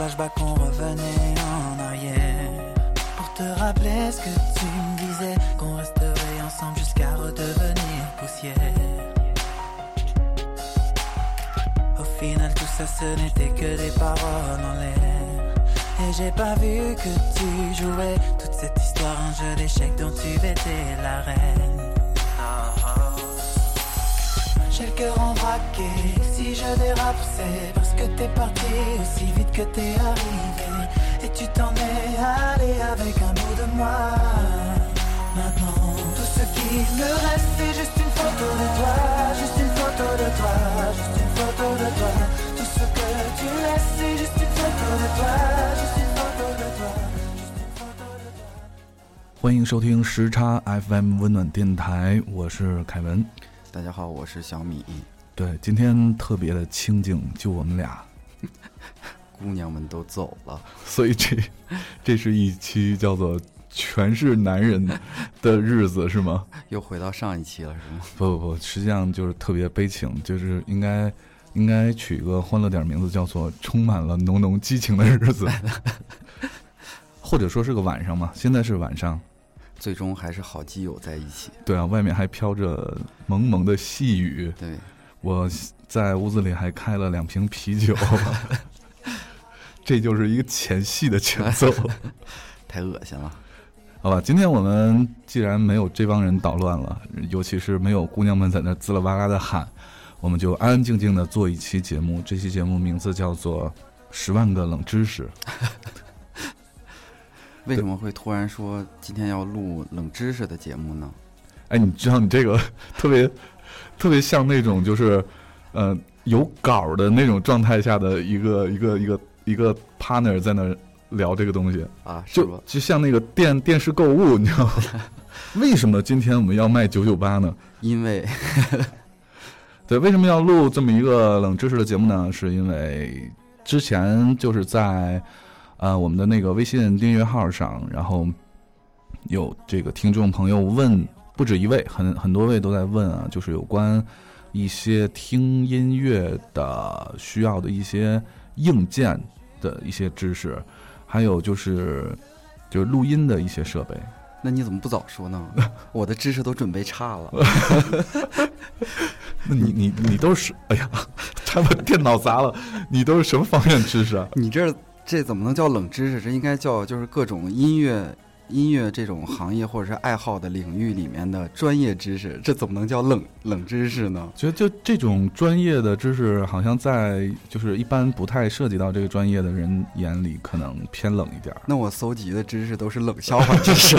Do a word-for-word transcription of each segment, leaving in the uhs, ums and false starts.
flashback, on revenait en arrière pour te rappeler ce que tu me disais, qu'on resterait ensemble jusqu'à redevenir poussière. Au final tout ça ce n'était que des paroles en l'air, et j'ai pas vu que tu jouais toute cette histoire, un jeu d'échecs dont tu étais la reine. J'ai le cœur en braqué, si je dérape c'est parce que t'es parti aussi vite que t'es arrivé, et tu t'en es allé avec un bout de moi. Maintenant tout ce qui me reste c'est juste une photo de toi, juste une photo de toi, juste une photo de toi. Tout ce que tu laisses c'est juste une photo de toi, juste une photo de toi, juste une photo de toi。 欢迎收听时差 F M 温暖电台，我是凯文。 大家好，我是小米。 对，今天特别的清静，就我们俩， 姑娘们都走了， 所以这这是一期叫做全是男人的日子是吗？ 又回到上一期了是吗？ 不不不，实际上就是特别悲情，就是应该应该取一个欢乐点名字，叫做充满了浓浓激情的日子，或者说是个晚上嘛，现在是晚上。 最终还是好基友在一起。 对啊，外面还飘着蒙蒙的细雨。 对， 我在屋子里还开了两瓶啤酒，这就是一个前戏的前奏， 太恶心了。 好吧，今天我们既然没有这帮人捣乱了，尤其是没有姑娘们在那滋啦哇啦的喊，我们就安安静静的做一期节目。这期节目名字叫做《十万个冷知识》。 为什么会突然说今天要录冷知识的节目呢？ 哎，你知道你这个特别特别像那种就是呃有稿的那种状态下的一个一个一个一个 partner 在那聊这个东西啊，是吧？ 就就像那个电电视购物，你知道吗？为什么今天我们要卖九九八呢？ 因为对，为什么要录这么一个冷知识的节目呢？是因为之前就是在呃，我们的那个微信订阅号上，然后有这个听众朋友问，不止一位，很很多位都在问啊，就是有关一些听音乐的需要的一些硬件的一些知识，还有就是就是录音的一些设备。 那你怎么不早说呢？我的知识都准备差了。 那你你你都是，哎呀，他把电脑砸了，你都是什么方面知识啊？ 你这。这怎么能叫冷知识？这应该叫就是各种音乐音乐这种行业或者是爱好的领域里面的专业知识，这怎么能叫冷冷知识呢？ 觉得就这种专业的知识，好像在就是一般不太涉及到这个专业的人眼里，可能偏冷一点。 那我搜集的知识都是冷笑话知识，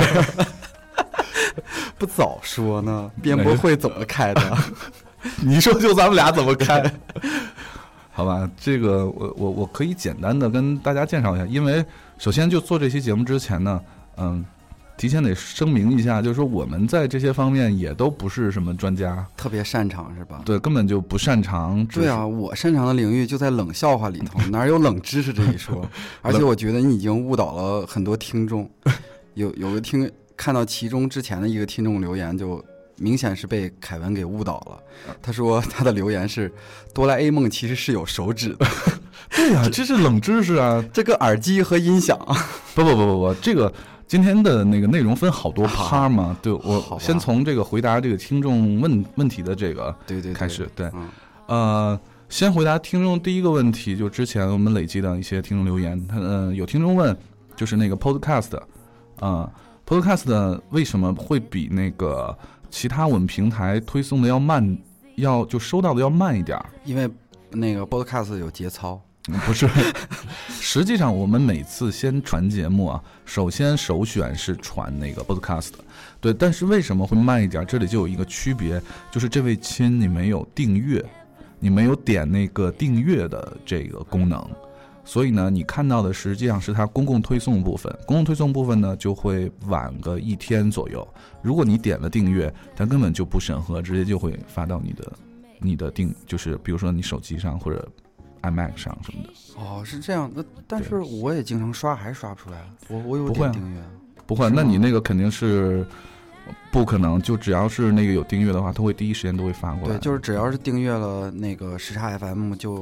不早说呢？编播会怎么开的？ 你说就咱们俩怎么开？好吧，这个我我我可以简单的跟大家介绍一下，因为首先就做这期节目之前呢，嗯，提前得声明一下，就是说我们在这些方面也都不是什么专家， 特别擅长是吧？ 对，根本就不擅长。 对啊，我擅长的领域就在冷笑话里头，哪有冷知识这一说？而且我觉得你已经误导了很多听众，有有个听看到其中之前的一个听众留言就。明显是被凯文给误导了。他说他的留言是哆啦 A 梦其实是有手指的。 对啊，这是冷知识啊， 这个耳机和音响。 不不不不不，这个今天的那个内容分好多趴嘛，啊、对，我先从这个回答这个听众问问题的这个对对开始，对， 嗯、 呃，先回答听众第一个问题，就之前我们累积的一些听众留言，他嗯、呃、有听众问，就是那个 podcast 啊、呃、，podcast 为什么会比那个其他我们平台推送的要慢，要就收到的要慢一点？ 因为那个 podcast 有节操。 不是，实际上我们每次先传节目啊，首先首选是传那个 podcast， 对，但是为什么会慢一点？这里就有一个区别，就是这位亲你没有订阅，你没有点那个订阅的这个功能。所以呢，你看到的实际上是它公共推送部分，公共推送部分呢就会晚个一天左右。如果你点了订阅，它根本就不审核，直接就会发到你的你的订，就是比如说你手机上或者 iMac 上什么的。 哦，是这样。那但是我也经常刷，还是刷不出来。我我有点订阅， 不会，那你那个肯定是不可能，就只要是那个有订阅的话，它会第一时间都会发过来。 对，就是只要是订阅了那个时差 F M 就。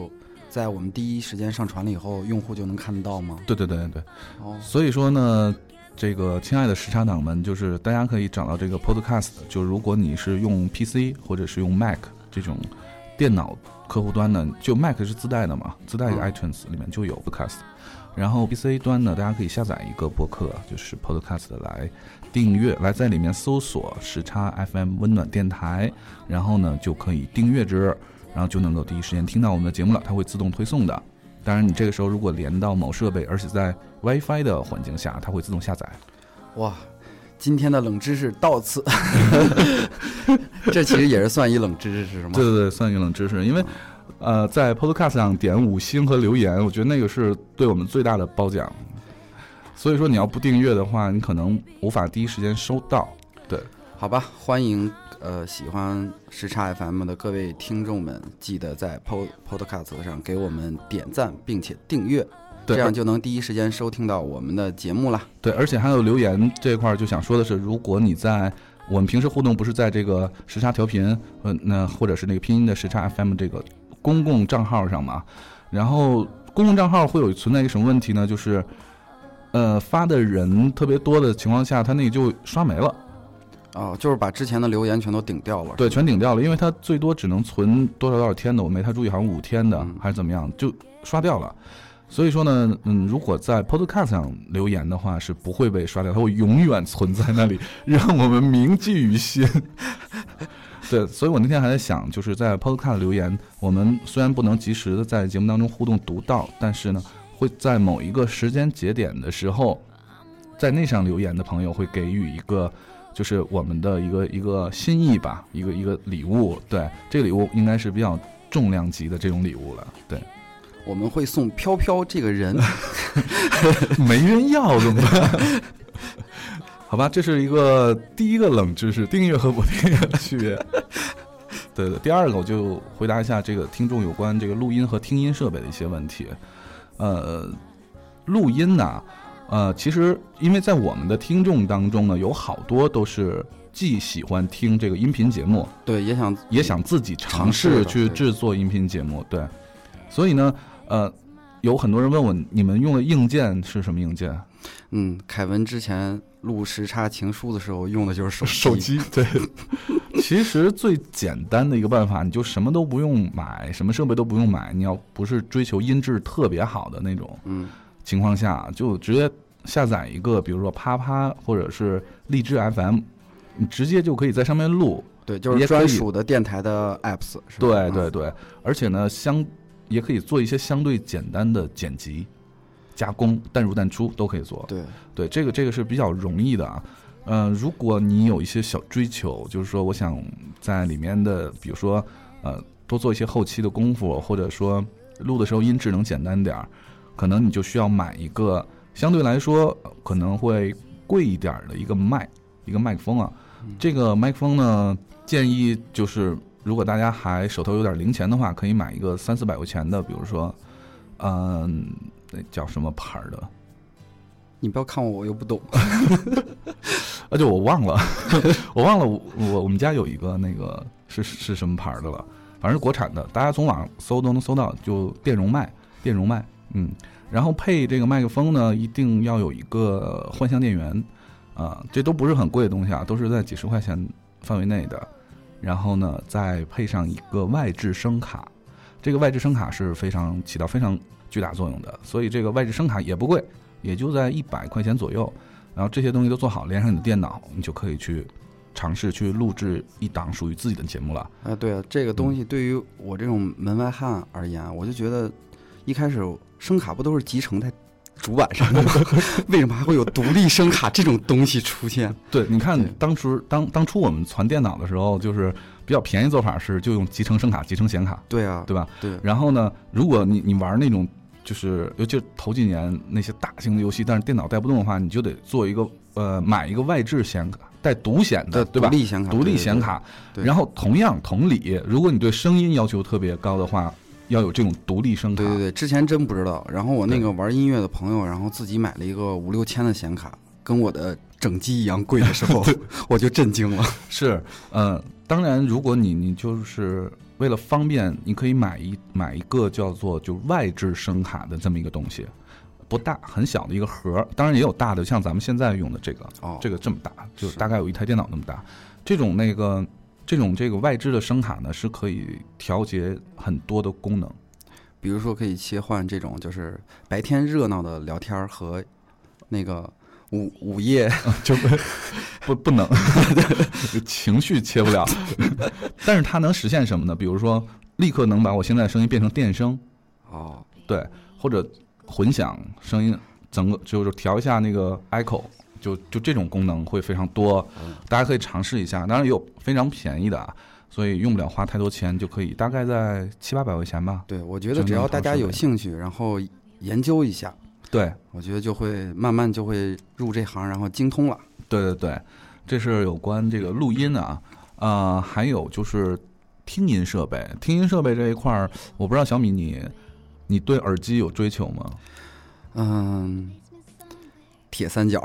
在我们第一时间上传了以后，用户就能看得到吗？ 对对对对。 哦， 所以说呢，这个亲爱的时差党们，就是大家可以找到这个 Podcast， 就如果你是用 P C 或者是用 Mac 这种电脑客户端呢，就 Mac 是自带的嘛，自带的 iTunes 里面就有 Podcast。然后 P C 端呢，大家可以下载一个播客，就是 Podcast 来订阅，来在里面搜索时差 F M 温暖电台，然后呢就可以订阅之，然后就能够第一时间听到我们的节目了，它会自动推送的。当然你这个时候如果连到某设备，而且在 WiFi 的环境下，它会自动下载。 哇，今天的冷知识到此这其实也是算一冷知识是吗？ 对对对，算一冷知识。因为呃，在 Podcast 上点五星和留言，我觉得那个是对我们最大的褒奖。所以说你要不订阅的话，你可能无法第一时间收到。对， 好吧，欢迎呃喜欢时差 F M 的各位听众们，记得在 Pod Podcast 上给我们点赞并且订阅，这样就能第一时间收听到我们的节目了。 对，而且还有留言这块就想说的是，如果你在我们平时互动不是在这个时差调频，呃，那或者是那个拼音的时差 F M 这个公共账号上嘛，然后公共账号会有存在一个什么问题呢？就是呃发的人特别多的情况下，它那个就刷没了。 哦，就是把之前的留言全都顶掉了。 对，全顶掉了，因为它最多只能存多少多少天的，我没太注意，好像五天的、嗯、还是怎么样，就刷掉了。所以说呢，嗯，如果在 Podcast 上留言的话，是不会被刷掉，它会永远存在那里，让我们铭记于心。对，所以我那天还在想，就是在 Podcast 留言，我们虽然不能及时的在节目当中互动读到，但是呢，会在某一个时间节点的时候，在那上留言的朋友会给予一个，就是我们的一个一个心意吧，一个一个礼物。对，这个礼物应该是比较重量级的这种礼物了。对， 我们会送飘飘这个人， 没人要怎么办？好吧，这是一个第一个冷知识，订阅和不订阅的区别。对对，第二个我就回答一下这个听众有关这个录音和听音设备的一些问题。呃，录音呢、啊，呃，其实因为在我们的听众当中呢，有好多都是既喜欢听这个音频节目， 对，也想也想自己尝试去制作音频节目，对。所以呢，呃，有很多人问我，你们用的硬件是什么硬件？ 嗯，凯文之前录时差情书的时候用的就是手机。 手机，对。其实最简单的一个办法，你就什么都不用买，什么设备都不用买，你要不是追求音质特别好的那种情况下，嗯、就直接下载一个，比如说啪啪或者是荔枝 F M， 你直接就可以在上面录。 对，就是专属的电台的 apps。 对对对，而且呢，相也可以做一些相对简单的剪辑、加工，淡入淡出都可以做。 对对，这个这个是比较容易的啊。呃，如果你有一些小追求，就是说我想在里面的，比如说呃多做一些后期的功夫，或者说录的时候音质能简单点，可能你就需要买一个相对来说可能会贵一点的一个麦，一个麦克风啊。这个麦克风呢，建议就是如果大家还手头有点零钱的话，可以买一个三四百块钱的，比如说嗯、呃，那叫什么牌的？ 你不要看我，我又不懂。 啊，就我忘了，我忘了我，我我们家有一个那个是是什么牌的了，反正是国产的，大家从网上搜都能搜到，就电容麦，电容麦，嗯，然后配这个麦克风呢，一定要有一个幻象电源，啊、呃，这都不是很贵的东西啊，都是在几十块钱范围内的，然后呢，再配上一个外置声卡，这个外置声卡是非常起到非常巨大作用的，所以这个外置声卡也不贵，也就在一百块钱左右。然后这些东西都做好，连上你的电脑，你就可以去尝试去录制一档属于自己的节目了。 啊，对啊，这个东西对于我这种门外汉而言，我就觉得一开始声卡不都是集成在主板上的吗？为什么还会有独立声卡这种东西出现？ 对，你看当初当当初我们传电脑的时候，就是比较便宜做法是就用集成声卡、集成显卡。 对啊， 对吧？ 对。 然后呢，如果你你玩那种。就是尤其是头几年那些大型的游戏，但是电脑带不动的话，你就得做一个呃买一个外置显卡，带独显的，对吧？ 独立显卡， 独立显卡。 对对对， 然后同样同理，如果你对声音要求特别高的话，要有这种独立声卡。 对对对，之前真不知道。然后我那个玩音乐的朋友，然后自己买了一个五六千的显卡，跟我的整机一样贵的时候，我就震惊了。 是，呃，当然，如果你你就是为了方便，你可以买一买一个叫做就外置声卡的这么一个东西，不大，很小的一个盒，当然也有大的，像咱们现在用的这个， 哦， 这个这么大，就大概有一台电脑那么大。这种那个这种这个外置的声卡呢，是可以调节很多的功能。 比如说可以切换这种就是白天热闹的聊天和那个午午夜就不不不能情绪切不了，但是它能实现什么呢？比如说立刻能把我现在的声音变成电声， 哦， 对，或者混响声音，整个就是调一下那个 echo， 就就这种功能会非常多，大家可以尝试一下。当然也有非常便宜的啊。所以用不了花太多钱，就可以大概在七八百块钱吧。 对，我觉得只要大家有兴趣，然后研究一下， 对， 我觉得就会慢慢就会入这行，然后精通了。 对对对，这是有关这个录音啊，呃，还有就是听音设备。听音设备这一块儿，我不知道小米你你对耳机有追求吗？ 嗯，铁三角。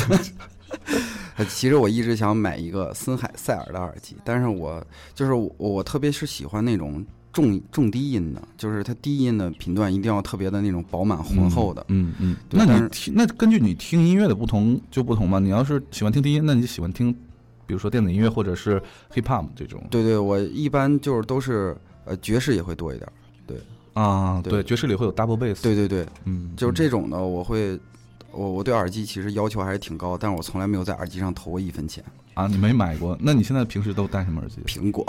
其实我一直想买一个森海塞尔的耳机，但是我就是我我特别是喜欢那种重重低音的，就是它低音的频段一定要特别的那种饱满浑厚的。 嗯嗯。嗯那你听那根据你听音乐的不同就不同嘛？你要是喜欢听低音，那你喜欢听，比如说电子音乐或者是 hip hop 这种。 对对，我一般就是都是呃爵士也会多一点。对啊， 对， 对爵士里会有 double bass。 对对对， 嗯， 就是这种的我会。我我对耳机其实要求还是挺高，但是我从来没有在耳机上投过一分钱啊！你没买过？那你现在平时都戴什么耳机？ 苹果，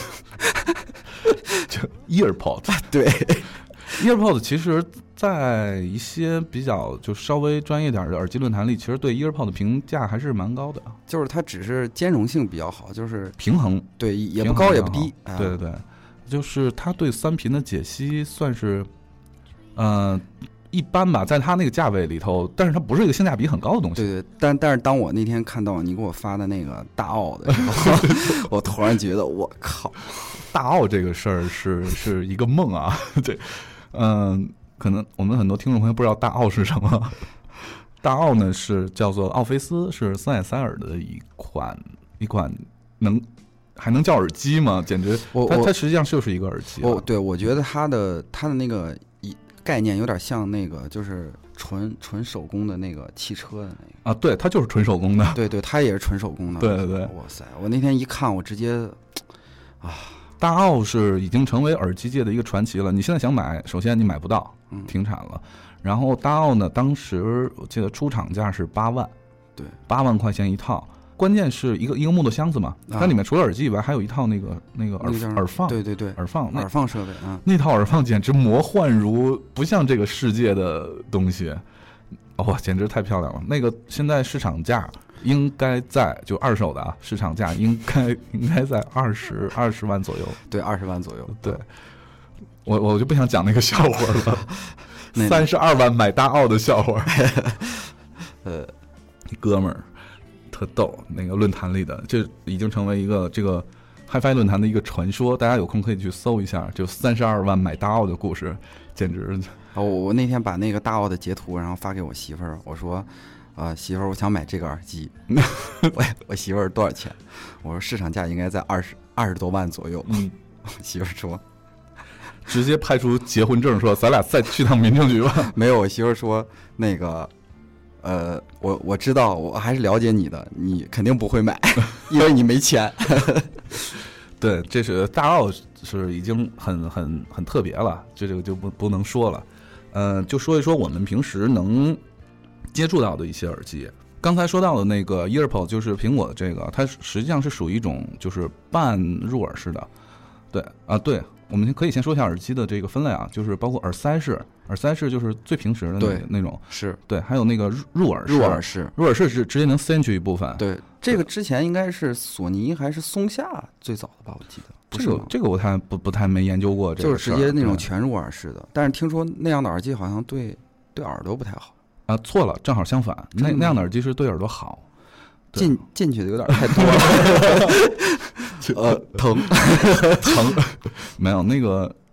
就 EarPods。 对 ，EarPods 其实，在一些比较就稍微专业点的耳机论坛里，其实对 EarPods 的评价还是蛮高的。 就是它只是兼容性比较好，就是平衡， 对，也不高也不低。 啊、对对对，就是它对三频的解析算是，呃。一般吧，在它那个价位里头，但是它不是一个性价比很高的东西。 对对，但但是当我那天看到你给我发的那个大奥的时候，我突然觉得我靠， 大奥这个事儿是是一个梦啊！对，嗯，可能我们很多听众朋友不知道大奥是什么。大奥呢是叫做奥菲斯，是森海塞尔的一款一款能还能叫耳机吗？简直，它它实际上就是一个耳机、啊。 我对我觉得它的它的那个一。概念有点像那个，就是纯纯手工的那个汽车的那个啊，对，它就是纯手工的， 对对，它也是纯手工的， 对对对， 哇塞！我那天一看，我直接啊， 大奥是已经成为耳机界的一个传奇了。你现在想买，首先你买不到，停产了。嗯、然后大奥呢，当时我记得出厂价是八万， 对， 八万块钱一套。关键是一个一个木头箱子嘛，它里面除了耳机以外，还有一套那个那个耳耳放， 对对对， 耳放耳放设备啊， 那套耳放简直魔幻如不像这个世界的东西，哦，简直太漂亮了。那个现在市场价应该在就二手的啊，市场价应该应该在二十二十万左右， 对，二十万左右。 对，我我就不想讲那个笑话了，三十二万买大奥的笑话，呃，哥们儿。特逗，那个论坛里的，这已经成为一个这个 HiFi 论坛的一个传说，大家有空可以去搜一下，就三十二万买大奥的故事，简直。 哦，我那天把那个大奥的截图，然后发给我媳妇儿，我说，啊、呃，媳妇儿，我想买这个耳机，我我媳妇儿多少钱？我说市场价应该在二十二十多万左右。嗯，媳妇儿说， 直接派出结婚证，说咱俩再去趟民政局吧。 没有，我媳妇儿说那个。呃，我我知道，我还是了解你的，你肯定不会买，因为你没钱。 对，这是大奥是已经很很很特别了，这这个就不不能说了。呃，就说一说我们平时能接触到的一些耳机。刚才说到的那个 EarPod 就是苹果的这个，它实际上是属于一种就是半入耳式的。对啊，对。我们可以先说一下耳机的这个分类啊，就是包括耳塞式，耳塞式就是最平时的那那种， 是对，还有那个入入耳式， 入耳式， 入耳式是直接能塞进去一部分。 对，这个之前应该是索尼还是松下最早的吧，我记得。不是这个这个我太不不太没研究过这个， 就是直接那种全入耳式的，但是听说那样的耳机好像对对耳朵不太好啊，错了，正好相反，那那样的耳机是对耳朵好。 进进去的有点太多了，呃，疼疼，没有那个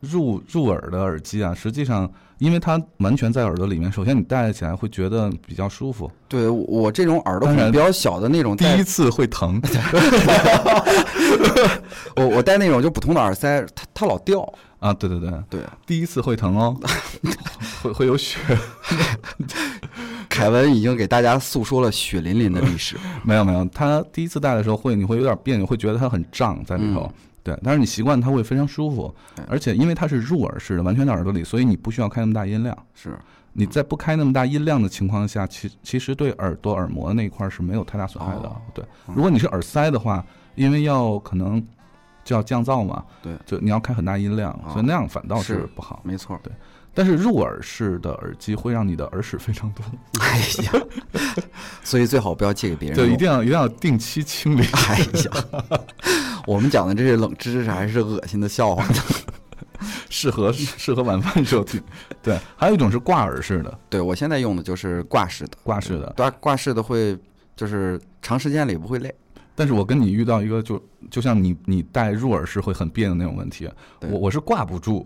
入入耳的耳机啊，实际上因为它完全在耳朵里面，首先你戴起来会觉得比较舒服。 对，我这种耳朵孔比较小的那种， 第一次会疼。 我我戴那种就普通的耳塞，它它老掉啊。对对对对， 第一次会疼哦，会会有血。 凯文已经给大家诉说了血淋淋的历史。 没有没有，他第一次戴的时候会你会有点别扭，会觉得它很胀在里头。嗯，对，但是你习惯它会非常舒服，而且因为它是入耳式的，完全在耳朵里，所以你不需要开那么大音量。 是你在不开那么大音量的情况下，其其实对耳朵耳膜那一块是没有太大损害的。哦，对，如果你是耳塞的话，因为要可能就要降噪嘛， 对， 就你要开很大音量，哦，所以那样反倒是不好。 没错， 对。但是入耳式的耳机会让你的耳屎非常多。 哎呀，所以最好不要借给别人。 对，一定要一定要定期清理。 哎呀，我们讲的这些冷知识还是恶心的笑话呢。 适合适合晚饭时候听。对，还有一种是挂耳式的。 对，我现在用的就是挂式的。 挂式的， 挂挂式的会就是长时间里不会累。 但是我跟你遇到一个就就像你你戴入耳式会很别扭那种问题，我我是挂不住。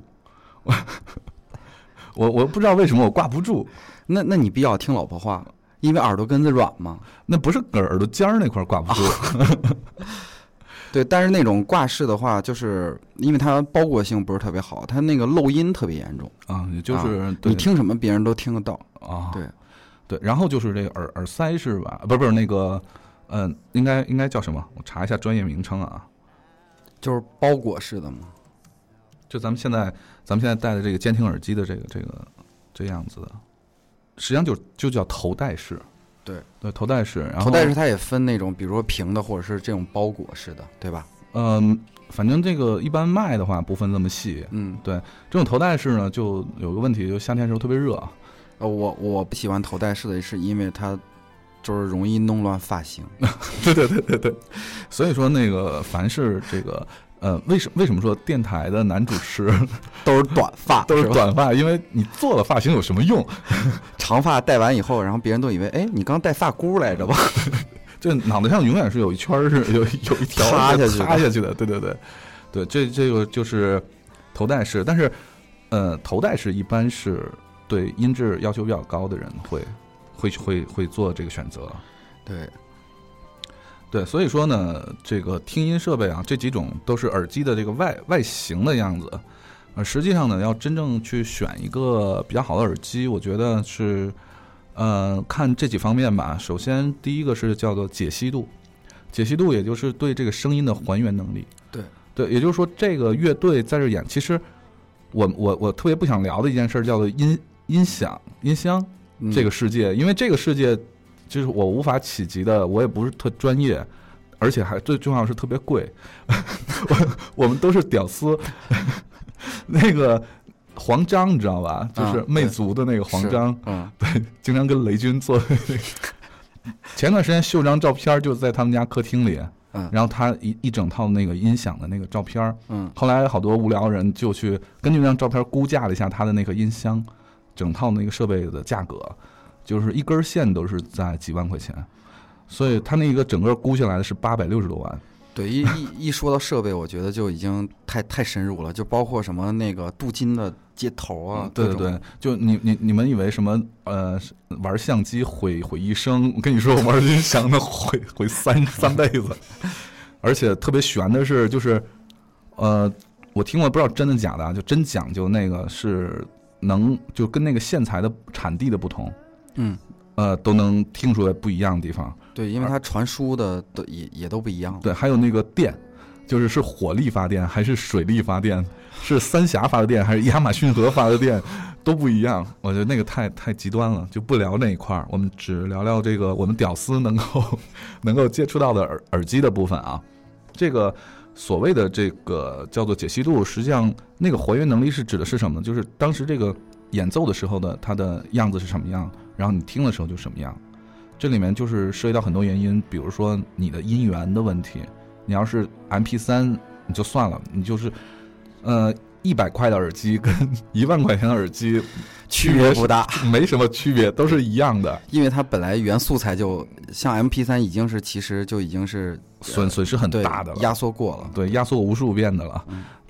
我我不知道为什么我挂不住。 那那你必要听老婆话，因为耳朵根子软吗？ 那不是耳朵尖儿那块挂不住。 对，但是那种挂式的话，就是因为它包裹性不是特别好，它那个漏音特别严重啊。也就是、 啊、你听什么别人都听得到啊。 对对，然后就是这个耳耳塞是吧？不是不是那个，嗯、呃，应该应该叫什么？我查一下专业名称啊。 就是包裹式的嘛。 就咱们现在咱们现在戴的这个监听耳机的这个这个这样子的，实际上就就叫头戴式。 对对，头戴式，然后头戴式它也分那种，比如说平的，或者是这种包裹式的，对吧？ 嗯，反正这个一般卖的话不分这么细。 嗯， 对，这种头戴式呢，就有个问题，就夏天的时候特别热。 呃，我我不喜欢头戴式的，是因为它就是容易弄乱发型。 对对对对对，所以说那个凡是这个。呃，为什为什么说电台的男主持都是短发， 都是短发？因为你做了发型有什么用？ 长发戴完以后，然后别人都以为，哎，你刚戴发箍来着吧？ 这脑袋上永远是有一圈是有有一条塌下去塌下去的。对对对，对，这这个就是头戴式，但是呃，头戴式一般是对音质要求比较高的人会会会会做这个选择。 对。 对，所以说呢，这个听音设备啊，这几种都是耳机的这个外外形的样子。呃，实际上呢，要真正去选一个比较好的耳机，我觉得是，呃，看这几方面吧。首先，第一个是叫做解析度，解析度也就是对这个声音的还原能力。 对对，也就是说，这个乐队在这演，其实我我我特别不想聊的一件事叫做音音响音箱这个世界，嗯、因为这个世界。就是我无法企及的，我也不是特专业，而且还最重要是特别贵。我我们都是屌丝。那个黄章你知道吧？就是魅族的那个黄章， 嗯， 对，经常跟雷军做。前段时间秀张照片，就在他们家客厅里，嗯，然后他一一整套那个音响的那个照片， 嗯， 后来好多无聊人就去根据那张照片估价了一下他的那个音箱，整套那个设备的价格。就是一根线都是在几万块钱，所以他那个整个估下来的是八百六十多万。 对，一一一说到设备，我觉得就已经太太深入了，就包括什么那个镀金的接头啊， 嗯、对对对，就你你你们以为什么呃玩相机毁毁一生，我跟你说，我玩音响的毁毁三三辈子，而且特别悬的是，就是呃我听过不知道真的假的啊，就真讲究那个是能就跟那个线材的产地的不同。 嗯， 呃，都能听出来不一样的地方。 对，因为它传输的都也也都不一样。 对，还有那个电，就是是火力发电还是水力发电，是三峡发的电还是亚马逊河发的电，都不一样。我觉得那个太太极端了，就不聊那一块儿，我们只聊聊这个我们屌丝能够能够接触到的耳耳机的部分啊。这个所谓的这个叫做解析度，实际上那个还原能力是指的是什么呢？就是当时这个演奏的时候的它的样子是什么样。然后你听的时候就什么样，这里面就是涉及到很多原因，比如说你的音源的问题。你要是 M P 三 你就算了，你就是呃一百块的耳机跟一万块钱的耳机区别不大， 没什么区别，都是一样的。 因为它本来原素材就像 M P 三 已经是其实就已经是损损失很大的了， 压缩过了， 对，压缩无数遍的了。 嗯，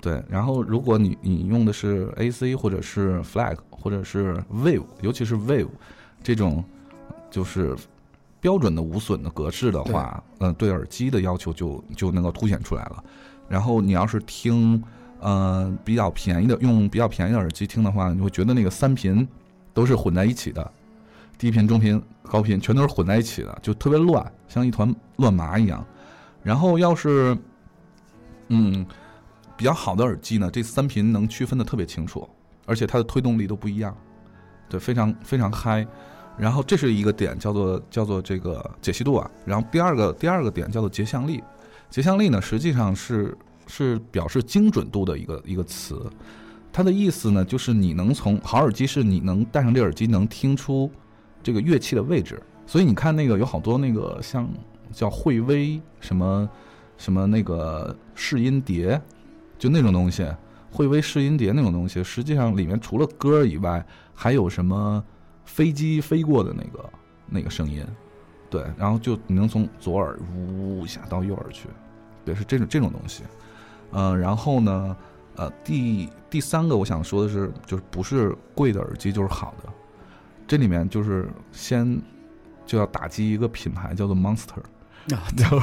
对，然后如果你你用的是 A C 或者是 F L A G 或者是 Wave， 尤其是 Wave 这种就是标准的无损的格式的话，对，呃、对耳机的要求就就能够凸显出来了。然后你要是听呃比较便宜的，用比较便宜的耳机听的话，你会觉得那个三频都是混在一起的，低频、中频、高频全都是混在一起的，就特别乱，像一团乱麻一样。然后要是嗯比较好的耳机呢，这三频能区分的特别清楚，而且它的推动力都不一样，对，非常非常嗨。然后这是一个点，叫做叫做这个解析度啊。然后第二个第二个点叫做结像力。结像力呢，实际上是是表示精准度的一个一个词。它的意思呢，就是你能从好耳机是你能戴上这耳机能听出这个乐器的位置。所以你看那个有好多那个像叫惠威什么什么那个试音碟，就那种东西，惠威试音碟那种东西，实际上里面除了歌以外，还有什么飞机飞过的那个那个声音。对，然后就你能从左耳呜一下到右耳去，对，是这种这种东西。呃，然后呢，呃，第第三个我想说的是，就是不是贵的耳机就是好的，这里面就是先就要打击一个品牌叫做 Monster 啊，就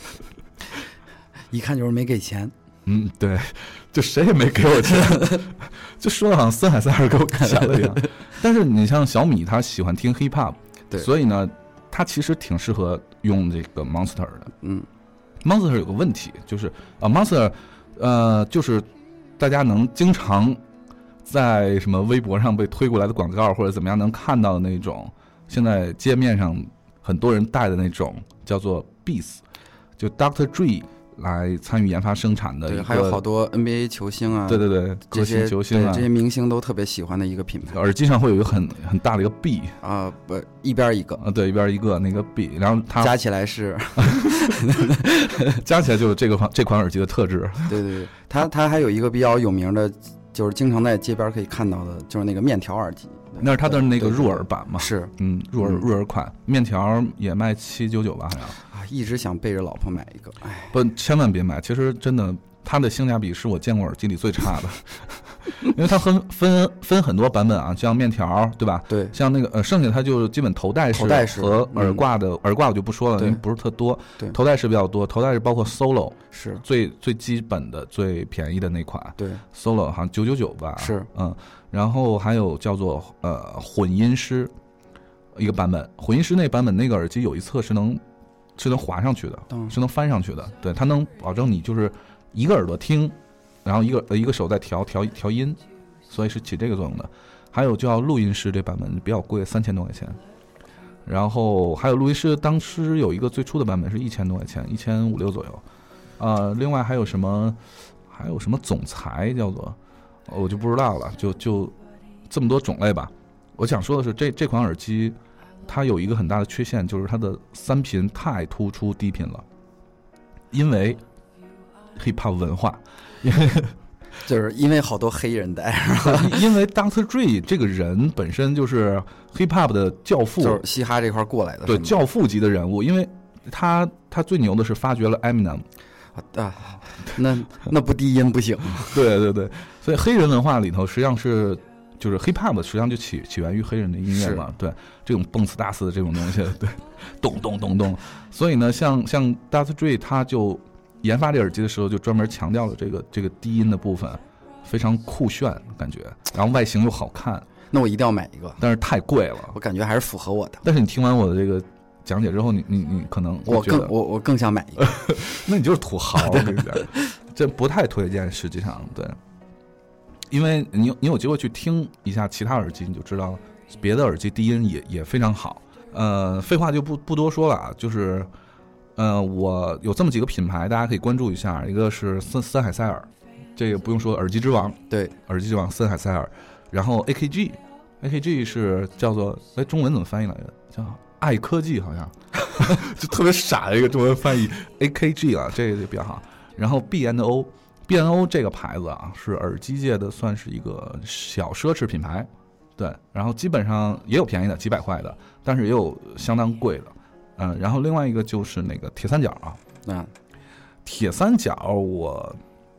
一看就是没给钱。 嗯，对，就谁也没给我钱，就说的好像森海塞尔给我钱了一样。但是你像小米，他喜欢听 hip hop， 对，所以呢。它其实挺适合用这个 Monster 的。嗯 ，Monster 有个问题就是啊 ，Monster， 呃，就是大家能经常在什么微博上被推过来的广告或者怎么样能看到的那种，现在街面上很多人戴的那种叫做 Beats， 就 Doctor Dre 来参与研发生产的一个， 对，还有好多 N B A 球星啊， 对对对，歌星球星啊， 这些明星都特别喜欢的一个品牌。 耳机上会有一个很很大的一个 B 啊，不，一边一个啊，对，一边一个那个 B， 然后它加起来是， 加起来就是这个款这款耳机的特质。 对对对，它它还有一个比较有名的，就是经常在街边可以看到的，就是那个面条耳机。 那是它的那个入耳版嘛？ 是， 嗯，入耳入耳款，面条也卖七九九吧，好像。 啊，一直想背着老婆买一个，哎， 不，千万别买。其实真的，它的性价比是我见过耳机里最差的，因为它分分分很多版本啊，像面条，对吧？ 对， 像那个呃，剩下它就基本头戴式和耳挂的，嗯、耳挂我就不说了，因为不是特多。 对， 头戴式比较多，头戴式包括 Solo 是最最基本的、最便宜的那款。 对 ，Solo 好像九九九吧。 是， 嗯。然后还有叫做呃混音师一个版本，混音师那版本那个耳机有一侧是能是能滑上去的， 嗯、 是能翻上去的，对，它能保证你就是一个耳朵听，然后一个一个手在调调调音，所以是起这个作用的。还有叫录音师这版本比较贵，三千多块钱。然后还有录音师，当时有一个最初的版本是一千多块钱，一千五六左右。呃，另外还有什么还有什么总裁叫做。我就不知道了，就就这么多种类吧。我想说的是，这这款耳机它有一个很大的缺陷，就是它的三频太突出低频了，因为 hip hop 文化，因为就是因为好多黑人戴， 因为 Doctor Dre 这个人本身就是 hip hop 的教父， 就是嘻哈这块过来的， 对，教父级的人物，因为他他最牛的是发掘了 Eminem。 啊，那那不低音不行。 对对对，所以黑人文化里头实际上是就是 hip hop 实际上就起起源于黑人的音乐嘛，对，这种蹦次大次的这种东西，对，咚咚咚咚。所以呢，像像 Doctor Dre 他就研发这耳机的时候，就专门强调了这个这个低音的部分，非常酷炫感觉，然后外形又好看。 那我一定要买一个， 但是太贵了， 我感觉还是符合我的。 但是你听完我的这个讲解之后，你你你可能我更我我更想买一个， 那你就是土豪，我跟你讲，这不太推荐。实际上，对，因为你你有机会去听一下其他耳机，你就知道了，别的耳机低音也也非常好。呃，废话就不不多说了啊，就是呃，我有这么几个品牌，大家可以关注一下，一个是森森海塞尔，这个不用说，耳机之王， 对， 耳机之王森海塞尔，然后 A K G，A K G 是叫做哎，中文怎么翻译来着？叫爱科技好像，就特别傻的一个中文翻译 A K G 啊，这个就比较好。然后 B and O，B and O 这个牌子啊，是耳机界的算是一个小奢侈品牌，对。然后基本上也有便宜的，几百块的，但是也有相当贵的，嗯。然后另外一个就是那个铁三角啊， 嗯， 铁三角我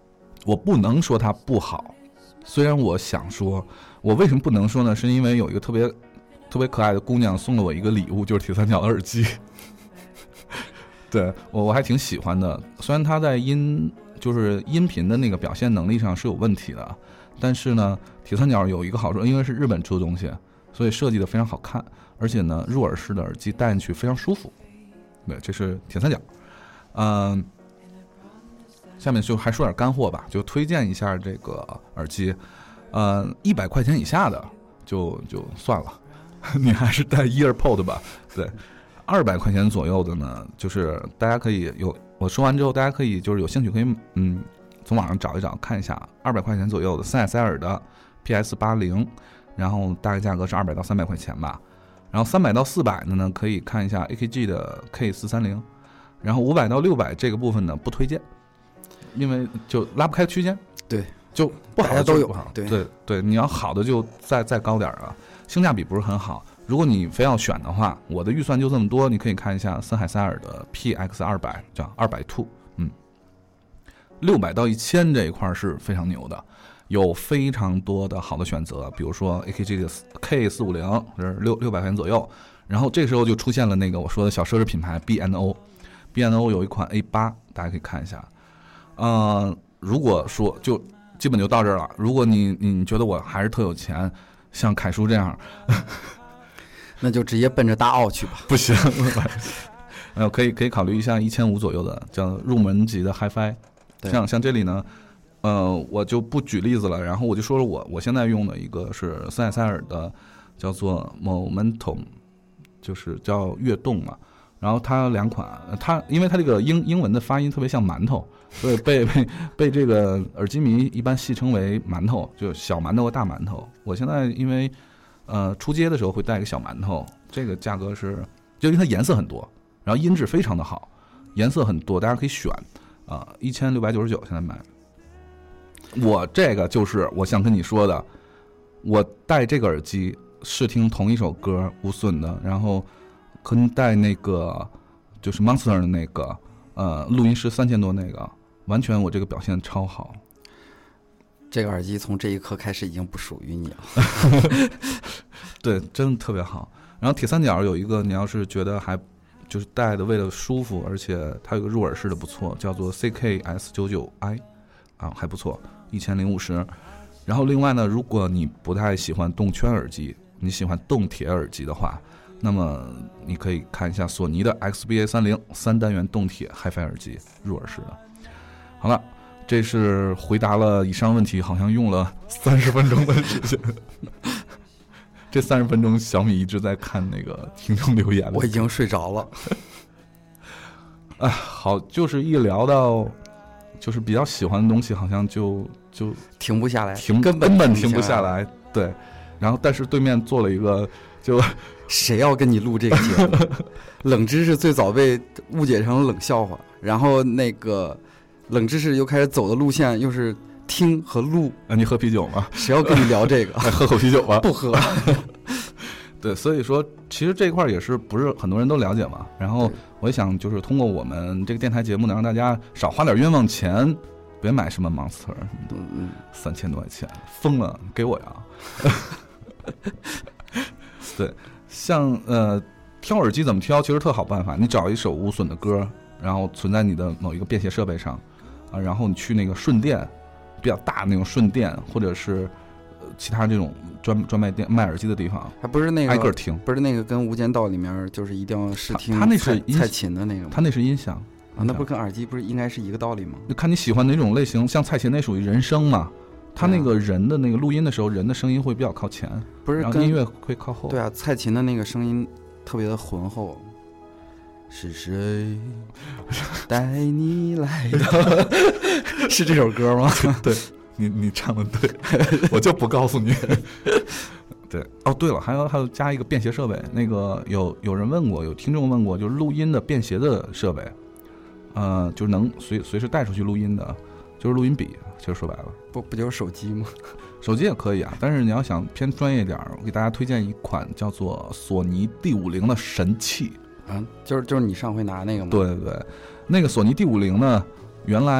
我不能说它不好，虽然我想说，我为什么不能说呢？是因为有一个特别特别可爱的姑娘送了我一个礼物，就是铁三角的耳机。对我我还挺喜欢的，虽然它在音就是音频的那个表现能力上是有问题的，但是呢，铁三角有一个好处，因为是日本出的东西，所以设计的非常好看，而且呢，入耳式的耳机戴进去非常舒服。对，这是铁三角。嗯，下面就还说点干货吧，就推荐一下这个耳机。呃，一百块钱以下的就就算了，你还是带 EarPod 吧。对，二百块钱左右的呢，就是大家可以有我说完之后，大家可以就是有兴趣可以嗯从网上找一找看一下，二百块钱左右的森海塞尔的 P S 八十，然后大概价格是二百到三百块钱吧。然后三百到四百的呢，可以看一下 A K G 的 K 四三零，然后五百到六百这个部分呢不推荐，因为就拉不开区间。 对。 就不好的都有， 对对对，你要好的就再再高点啊，性价比不是很好。如果你非要选的话，我的预算就这么多，你可以看一下森海塞尔的 P X 二百，叫二百 two， 嗯，六百到一千这一块是非常牛的，有非常多的好的选择，比如说 A K G 的 K 四五零，是六六百块钱左右。然后这时候就出现了那个我说的小奢侈品牌 B N O，B N O 有一款 A 八，大家可以看一下。呃，如果说就基本就到这儿了。如果你你觉得我还是特有钱，像凯叔这样， 那就直接奔着大奥去吧。 不行，呃，可以可以考虑一下一千五左右的，叫入门级的 HiFi。像像这里呢，呃，我就不举例子了，然后我就说了我我现在用的一个是森海塞尔的，叫做 Momentum， 就是叫跃动嘛。然后它两款，它因为它这个英英文的发音特别像馒头，所以被被被这个耳机迷一般戏称为馒头，就小馒头和大馒头。我现在因为呃出街的时候会带一个小馒头，这个价格是就因为它颜色很多，然后音质非常的好，颜色很多，大家可以选啊，一千六百九十九现在买。我这个就是我想跟你说的，我戴这个耳机试听同一首歌无损的，然后。跟带那个就是 Monster 的那个呃录音师三千多那个，完全我这个表现超好。 这个耳机从这一刻开始已经不属于你了。 对，真的特别好。然后铁三角有一个，你要是觉得还就是戴的为了舒服，而且它有个入耳式的不错，叫做 C K S 九十九 I 啊，还不错，一千零五十。然后另外呢，如果你不太喜欢动圈耳机，你喜欢动铁耳机的话，那么你可以看一下索尼的 X B A 三十三单元动铁 HiFi 耳机，入耳式的。好了，这是回答了以上问题，好像用了三十分钟的时间。这三十分钟，小米一直在看那个听众留言， 我已经睡着了。 哎，好，就是一聊到就是比较喜欢的东西，好像就就停不下来， 停根本根本停不下来。对，然后但是对面做了一个就。 谁要跟你录这个节目？冷知识最早被误解成冷笑话，然后那个冷知识又开始走的路线又是听和录。 啊，你喝啤酒吗？ 谁要跟你聊这个？ 喝口啤酒吧。 不喝。 对，所以说其实这一块也是不是很多人都了解嘛。然后我也想就是通过我们这个电台节目，能让大家少花点冤枉钱，别买什么 Monster 什么的，嗯，三千多块钱，疯了，给我呀！对。像呃挑耳机怎么挑，其实特好办法，你找一首无损的歌，然后存在你的某一个便携设备上啊，然后你去那个顺电比较大的那种顺电，或者是、呃、其他这种专专卖店卖耳机的地方， 还不是那个挨个听， 不是那个跟无间道里面就是一定要试听他那是蔡琴的那个吗？ 他那是音响啊，那不是跟耳机不是应该是一个道理吗？ 就看你喜欢哪种类型，像蔡琴那属于人声嘛，他那个人的那个录音的时候，人的声音会比较靠前， 不是， 然后音乐会靠后。 对啊，蔡琴的那个声音特别的浑厚。是谁带你来的？是这首歌吗？ 对，你你唱的对，我就不告诉你。对，哦，对了，还要还要加一个便携设备。那个有有人问过，有听众问过，就是录音的便携的设备，呃，就是能随随时带出去录音的，就是录音笔。其实说白了， 不不就是手机吗？ 手机也可以啊，但是你要想偏专业一点，我给大家推荐一款叫做索尼 D 五十的神器啊， 就是就是你上回拿那个吗？ 对对对，那个索尼 D 五十呢，原来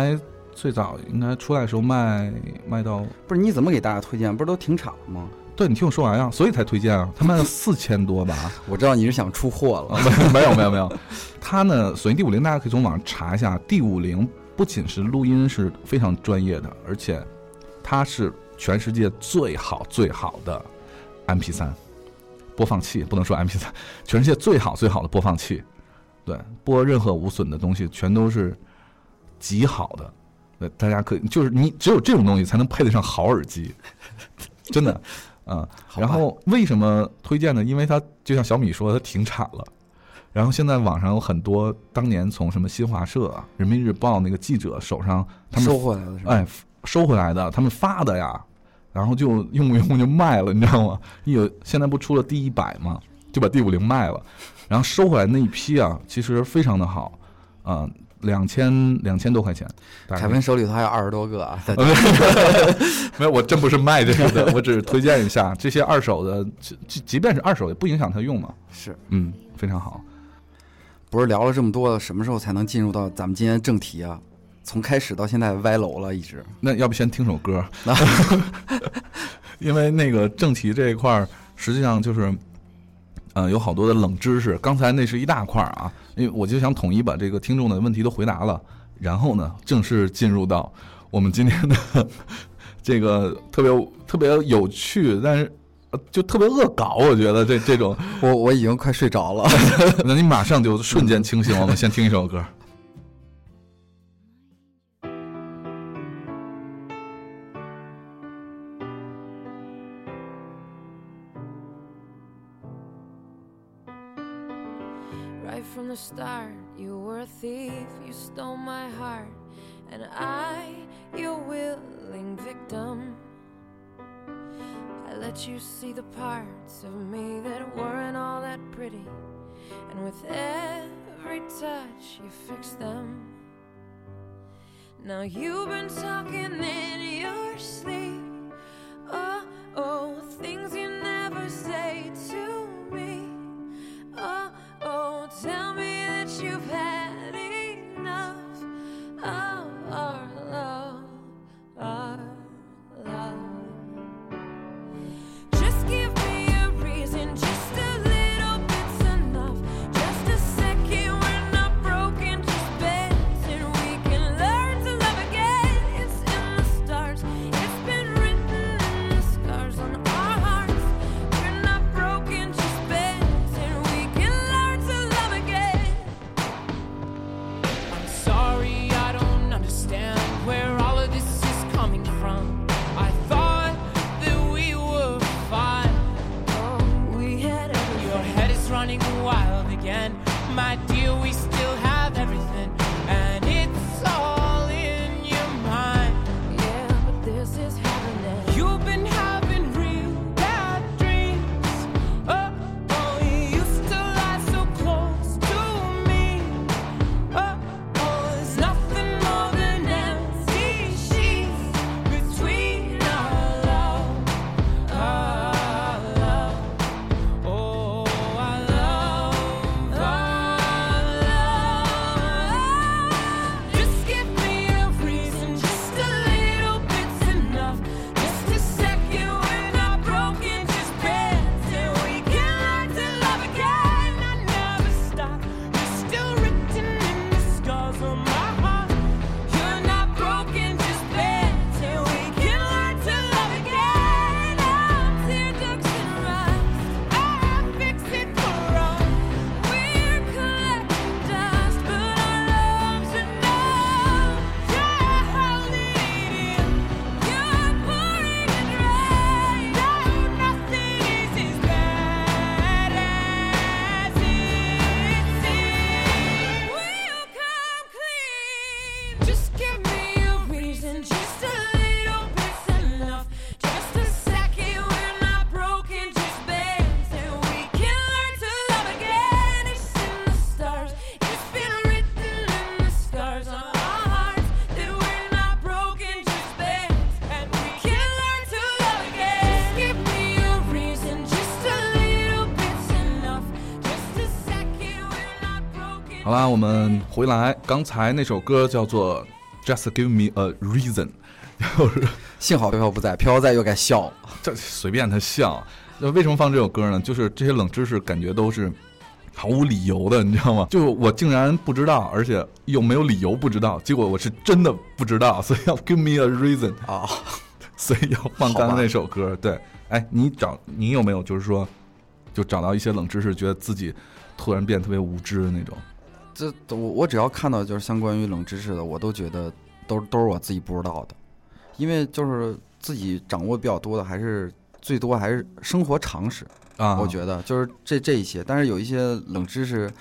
最早应该出来的时候卖卖到， 不是你怎么给大家推荐？不是都停产了吗？ 对，你听我说完呀，所以才推荐啊。他卖了四千多吧？ 我知道你是想出货了。 没有没有没有，他呢，索尼 D 五十大家可以从网上查一下 ，D 五十不仅是录音是非常专业的，而且它是全世界最好最好的 M P 三 播放器，不能说 M P 三， 全世界最好最好的播放器。对，播任何无损的东西全都是极好的。对，大家可以就是你只有这种东西才能配得上好耳机，真的。嗯，然后为什么推荐呢？因为它就像小米说，它停产了。然后现在网上有很多当年从什么新华社、啊、人民日报那个记者手上他们收回来的是吧？ 哎，收回来的，他们发的呀，然后就用不用就卖了，你知道吗？有现在不出了第一百嘛，就把 D 五十卖了，然后收回来那一批啊，其实非常的好，啊、呃。两千两千多块钱， 凯文手里头还有二十多个啊！ 没有，我真不是卖这个的，我只是推荐一下这些二手的，即即便是二手也不影响它用嘛。 是， 嗯，非常好。 不是聊了这么多，什么时候才能进入到咱们今天的正题啊？从开始到现在歪楼了，一直。 那要不先听首歌？因为那个正题这一块实际上就是。呃，有好多的冷知识，刚才那是一大块啊，因为我就想统一把这个听众的问题都回答了，然后呢，正式进入到我们今天的这个特别特别有趣，但是就特别恶搞，我觉得这这种， 我我已经快睡着了， 那你马上就瞬间清醒。我们先听一首歌。 Right from the start, you were a thief, you stole my heart, and I, your willing victim. I let you see the parts of me that weren't all that pretty, and with every touch you fixed them. Now you've been talking in your sleep, oh, oh, things you never say to me, oh, oh, tell me that you've had enough of our love, our love. Just give me a reason, just a little bit's enough. Just a second, we're not broken, just bends, and we can learn to love again. It's in the stars, it's been written in the scars on our hearts. We're not broken, just bends, and we can learn to love again. I'm sorry, I don't understand where all of this is coming from. I thought that we were fine. Oh, we had everything. Your head is running wild again. My dear, we still have everything, and it's all in your mind. Yeah, but this is happening. You've been having real bad dreams. Oh, oh, you used to lie so close to me. Oh, oh, there's nothing more than empty sheets between our love, our love. Oh, our love, our love. Just give me a reason, just a little bit's enough. Just a second, we're not broken, just bends, and we can learn to love again. I never stop, you're still written in the scars on my heart. You're not broken, just bends, and we can learn to love again. I'm tear ducts and rust, I fix it for us. We're collecting dust, but our love's enough. You're holding it in, you're pouring it right. No, nothing is as bad as it seems. Will you come clean? Just give me a reason, just a little bit's enough. Just a second, we're not broken, just bends, and we can learn to love again. It's in the stars, it's been written in the scars on our hearts that we're not broken, just bends, and we can learn to love again. Just give me a reason, just a little bit's enough. Just a second, we're not broken. 好啦，我们回来，刚才那首歌叫做《 Just give me a reason。 幸好飘飘不在，飘飘在又该笑了。 这随便他笑。那为什么放这首歌呢？就是这些冷知识感觉都是毫无理由的，你知道吗？就我竟然不知道，而且又没有理由不知道，结果我是真的不知道，所以要 give me a reason 啊， 所以要放刚刚那首歌。对，哎，你找你有没有就是说，就找到一些冷知识，觉得自己突然变得特别无知的那种？ 这我我只要看到就是相关于冷知识的，我都觉得都都是我自己不知道的，因为就是自己掌握比较多的，还是最多还是生活常识啊。我觉得就是这这一些，但是有一些冷知识，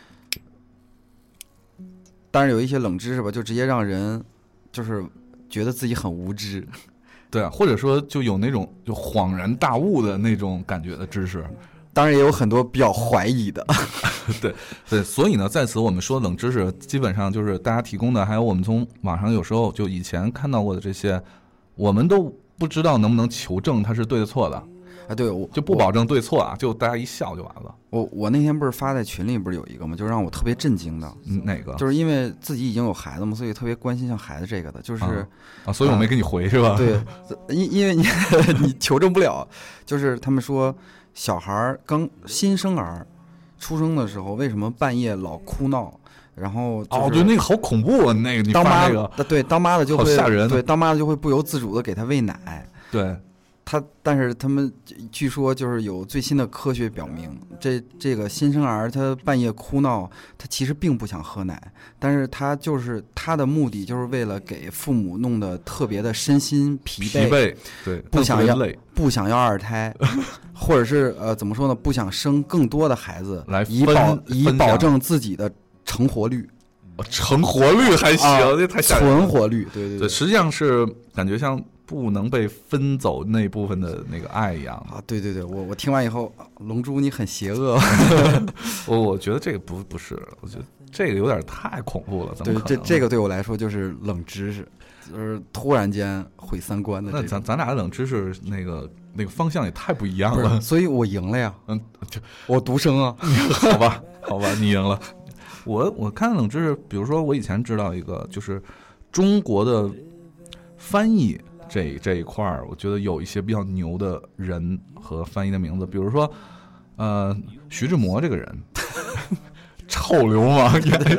但是有一些冷知识吧，就直接让人就是觉得自己很无知。 对啊，或者说就有那种就恍然大悟的那种感觉的知识。 当然也有很多比较怀疑的。 对对，所以呢，在此我们说冷知识，基本上就是大家提供的，还有我们从网上有时候就以前看到过的这些，我们都不知道能不能求证它是对的错的。 啊，对，我就不保证对错啊，就大家一笑就完了。 我我那天不是发在群里，不是有一个吗？就让我特别震惊的。 嗯，哪个？ 就是因为自己已经有孩子嘛，所以特别关心像孩子这个的，就是啊， 啊所以我没给你回、啊、是吧？ 对，因因为你你求证不了，就是他们说小孩刚新生儿出生的时候，为什么半夜老哭闹？然后、就是、 哦，对，那个好恐怖啊！那个你发那个， 对，当妈的就会好吓人， 对，当妈的就会不由自主的给他喂奶， 对。 他，但是他们据说就是有最新的科学表明，这这个新生儿他半夜哭闹，他其实并不想喝奶，但是他就是他的目的就是为了给父母弄得特别的身心疲惫， 疲惫，对， 不想要不想要二胎，或者是呃怎么说呢，不想生更多的孩子， 来以保以保证自己的成活率。 成活率还行，这、啊、太吓人了。 存活率，对 对, 对对，实际上是感觉像不能被分走那部分的那个爱一样啊。对对对，我我听完以后，龙珠你很邪恶。 我我觉得这个不不是，我觉得这个有点太恐怖了，怎么可能？ 对，这这个对我来说就是冷知识，就是突然间毁三观的。 那咱咱俩的冷知识那个那个方向也太不一样了， 所以我赢了呀。 嗯，就我独生啊。 好吧，好吧，你赢了。我我看冷知识，比如说我以前知道一个，就是中国的翻译这这一块儿，我觉得有一些比较牛的人和翻译的名字，比如说呃徐志摩这个人，臭流氓。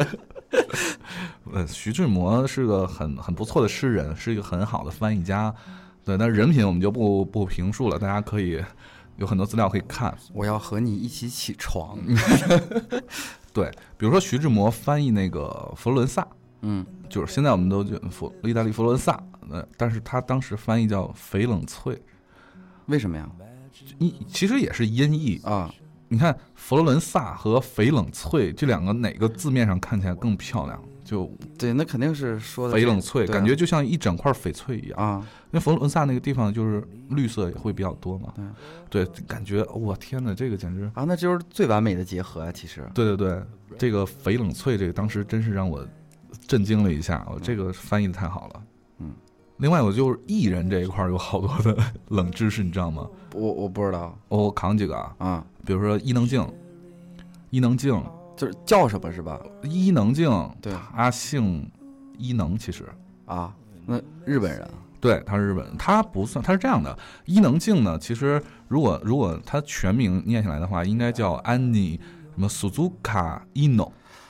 呃，徐志摩是个很很不错的诗人，是一个很好的翻译家，对，但是人品我们就不不评述了，大家可以有很多资料可以看。 我要和你一起起床。 对，比如说徐志摩翻译那个佛罗伦萨， 嗯， 就是现在我们都叫佛意大利佛罗伦萨，呃，但是他当时翻译叫翡冷翠， 为什么呀？ 其实也是音译啊。 你看佛罗伦萨和翡冷翠这两个哪个字面上看起来更漂亮？就对，那肯定是说的翡冷翠，感觉就像一整块翡翠一样啊。 因为佛罗伦萨那个地方就是绿色也会比较多嘛，对，对，感觉我天哪，这个简直啊，那就是最完美的结合啊！其实， 对对对，这个翡冷翠这个当时真是让我震惊了一下，我这个翻译的太好了。 嗯， 另外我就是艺人这一块有好多的冷知识，你知道吗？ 我我不知道， 我扛几个啊啊， 比如说伊能静，伊能静就是叫什么是吧？ 伊能静， 对， 他姓伊能，其实啊，那日本人。 对，他是日本人，他不算，他是这样的。伊能静呢，其实如果如果他全名念下来的话，应该叫安妮什么 Suzuka Ino。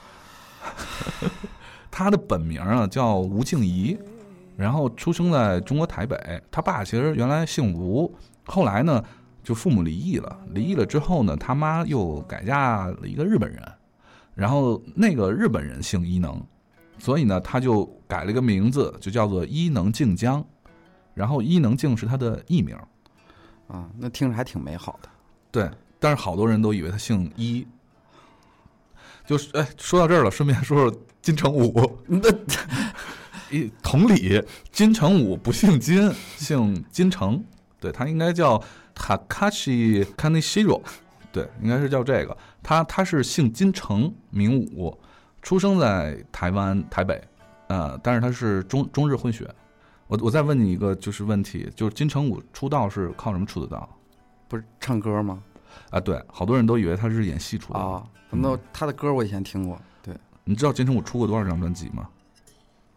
他的本名啊叫吴静怡，然后出生在中国台北。他爸其实原来姓吴，后来呢就父母离异了，离异了之后呢，他妈又改嫁了一个日本人，然后那个日本人姓伊能，所以呢他就改了一个名字，就叫做伊能静江。然后伊能静是他的艺名， 啊，那听着还挺美好的。 对，但是好多人都以为他姓伊。就是哎，说到这儿了，顺便说说金城武。那同理，金城武不姓金，姓金城，对，他应该叫 Takashi Kaneshiro， 对，应该是叫这个。他他是姓金城，名武，出生在台湾台北，呃，但是他是中中日混血。我我再问你一个就是问题，就是金城武出道是靠什么出的道？ 不是唱歌吗？ 啊，对，好多人都以为他是演戏出道啊。那他的歌我以前听过。对， 你知道金城武出过多少张专辑吗？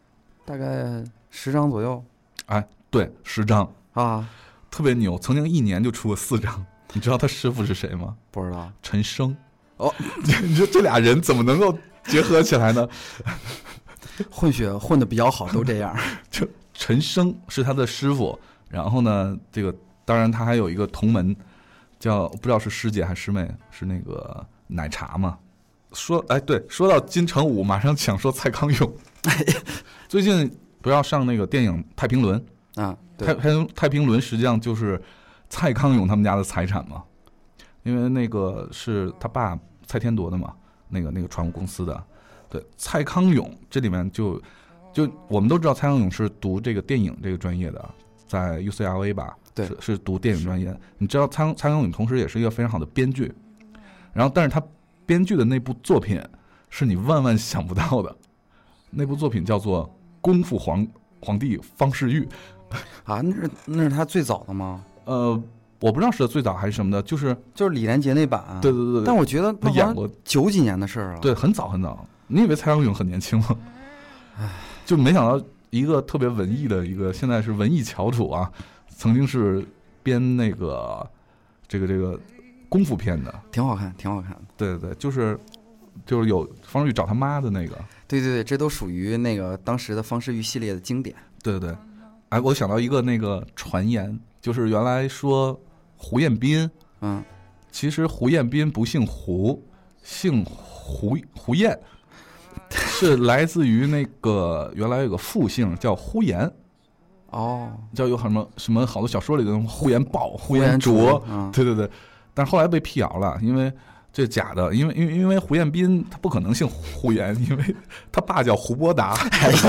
大概十张左右。 哎，对，十张啊， 特别牛，曾经一年就出过四张。你知道他师傅是谁吗？ 不知道。 陈升。 哦， 你说这俩人怎么能够结合起来呢？ 混血混的比较好，都这样。 就陈升是他的师傅，然后呢，这个当然他还有一个同门，叫不知道是师姐还是师妹，是那个奶茶嘛。说哎，对，说到金城武，马上想说蔡康永。最近不要上那个电影《太平轮》 啊？ 太太太平轮实际上就是蔡康永他们家的财产嘛，因为那个是他爸蔡天夺的嘛，那个那个船务公司的。对，蔡康永这里面就就我们都知道蔡康永是读这个电影这个专业的，在 U C L A 吧， 对， 是, 是读电影专业。你知道蔡蔡康永同时也是一个非常好的编剧，然后但是他编剧的那部作品是你万万想不到的，那部作品叫做《功夫皇皇帝方世玉》 啊，那是那是他最早的吗？ 呃，我不知道是最早还是什么的，就是就是李连杰那版、啊。 对对 对, 对， 但我觉得他演过九几年的事儿了。 对，很早很早。你以为蔡康永很年轻吗？就没想到一个特别文艺的一个，现在是文艺翘楚啊，曾经是编那个这个这个功夫片的， 挺好看，挺好看的。 对对对，就是就是有方世玉找他妈的那个。 对对对，这都属于那个当时的方世玉系列的经典。 对对对，哎，我想到一个那个传言，就是原来说胡彦斌， 嗯， 其实胡彦斌不姓胡，姓胡胡彦。是来自于那个原来有个复姓叫呼延， 哦， 叫有什么什么好多小说里的呼延豹、呼延灼， 嗯、 对对对，但是后来被辟谣了，因为这假的，因为因为因为胡彦斌他不可能姓呼延，因为他爸叫胡波达。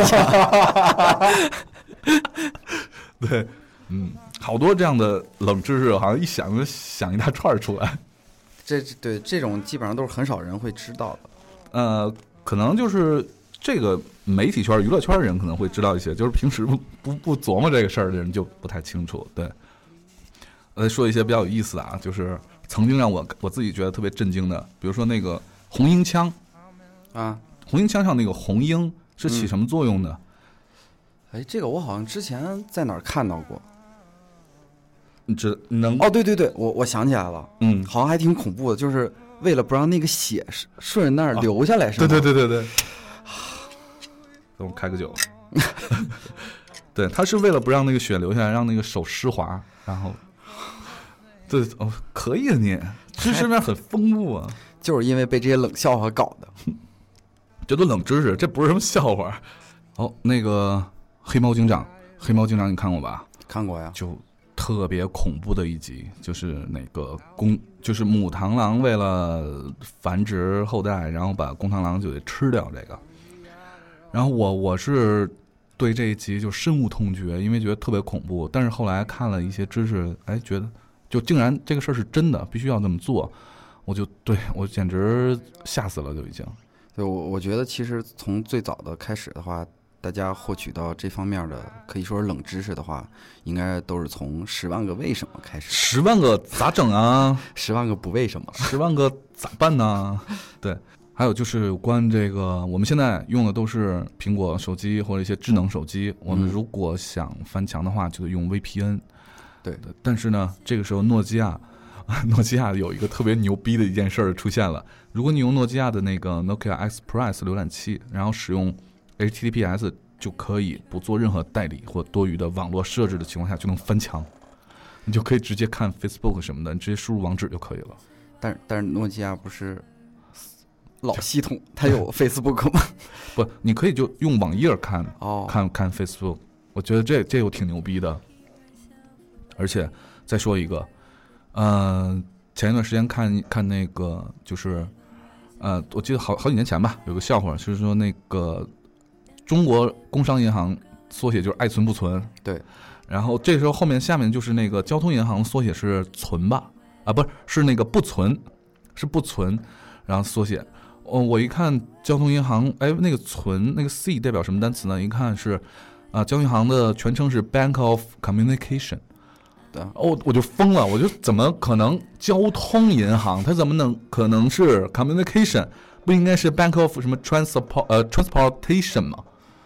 对，嗯，好多这样的冷知识，好像一想就想一大串出来。 这对这种基本上都是很少人会知道的， 呃。可能就是这个媒体圈、娱乐圈的人可能会知道一些，就是平时不不不琢磨这个事儿的人就不太清楚。对，呃，说一些比较有意思的啊，就是曾经让我我自己觉得特别震惊的，比如说那个红缨枪啊， 红缨枪上那个红缨是起什么作用的？ 哎、嗯，这个我好像之前在哪儿看到过。 你知能？ 哦，对对对，我我想起来了， 嗯， 好像还挺恐怖的，就是为了不让那个血顺着那儿流下来，是吧？ 对对对对对。给我开个酒。对，他是为了不让那个血流下来，让那个手湿滑，然后，对哦，可以啊你，知识面很丰富啊。 就是因为被这些冷笑话搞的， 这都冷知识，这不是什么笑话。哦，那个黑猫警长，黑猫警长你看过吧？ 看过呀， 就。特别恐怖的一集，就是那个公，就是母螳螂为了繁殖后代，然后把公螳螂就得吃掉这个。然后我我是对这一集就深恶痛绝，因为觉得特别恐怖。但是后来看了一些知识，哎，觉得就竟然这个事儿是真的，必须要这么做，我就对我简直吓死了，就已经。 对，我我觉得其实从最早的开始的话。大家获取到这方面的可以说是冷知识的话，应该都是从十万个为什么开始。 十万个咋整啊？ 十万个不为什么？ 十万个咋办呢？对，还有就是有关这个，我们现在用的都是苹果手机或者一些智能手机，我们如果想翻墙的话，就得用 V P N。 对， 但是呢，这个时候诺基亚，诺基亚有一个特别牛逼的一件事儿出现了。如果你用诺基亚的那个 Nokia Express 浏览器，然后使用H T T P S 就可以不做任何代理或多余的网络设置的情况下就能翻墙，你就可以直接看 Facebook 什么的，你直接输入网址就可以了。 但是但是诺基亚不是老系统，它有 Facebook 吗？ 不，你可以就用网页看， 哦， 看看 Facebook。我觉得这这又挺牛逼的。而且再说一个，呃，前一段时间看看那个就是。呃，我记得好好几年前吧，有个笑话，就是说那个中国工商银行缩写就是爱存不存， 对， 然后这时候后面下面就是那个交通银行缩写是存吧，啊，不是是那个不存，是不存，然后缩写，哦，我一看交通银行，哎，那个存那个 C 代表什么单词呢？一看是啊、呃，交通银行的全称是 Bank of Communication。哦，我就疯了！我就怎么可能交通银行？它怎么能可能是 communication？ 不应该是 Bank of 什么 transport 呃 transportation 吗？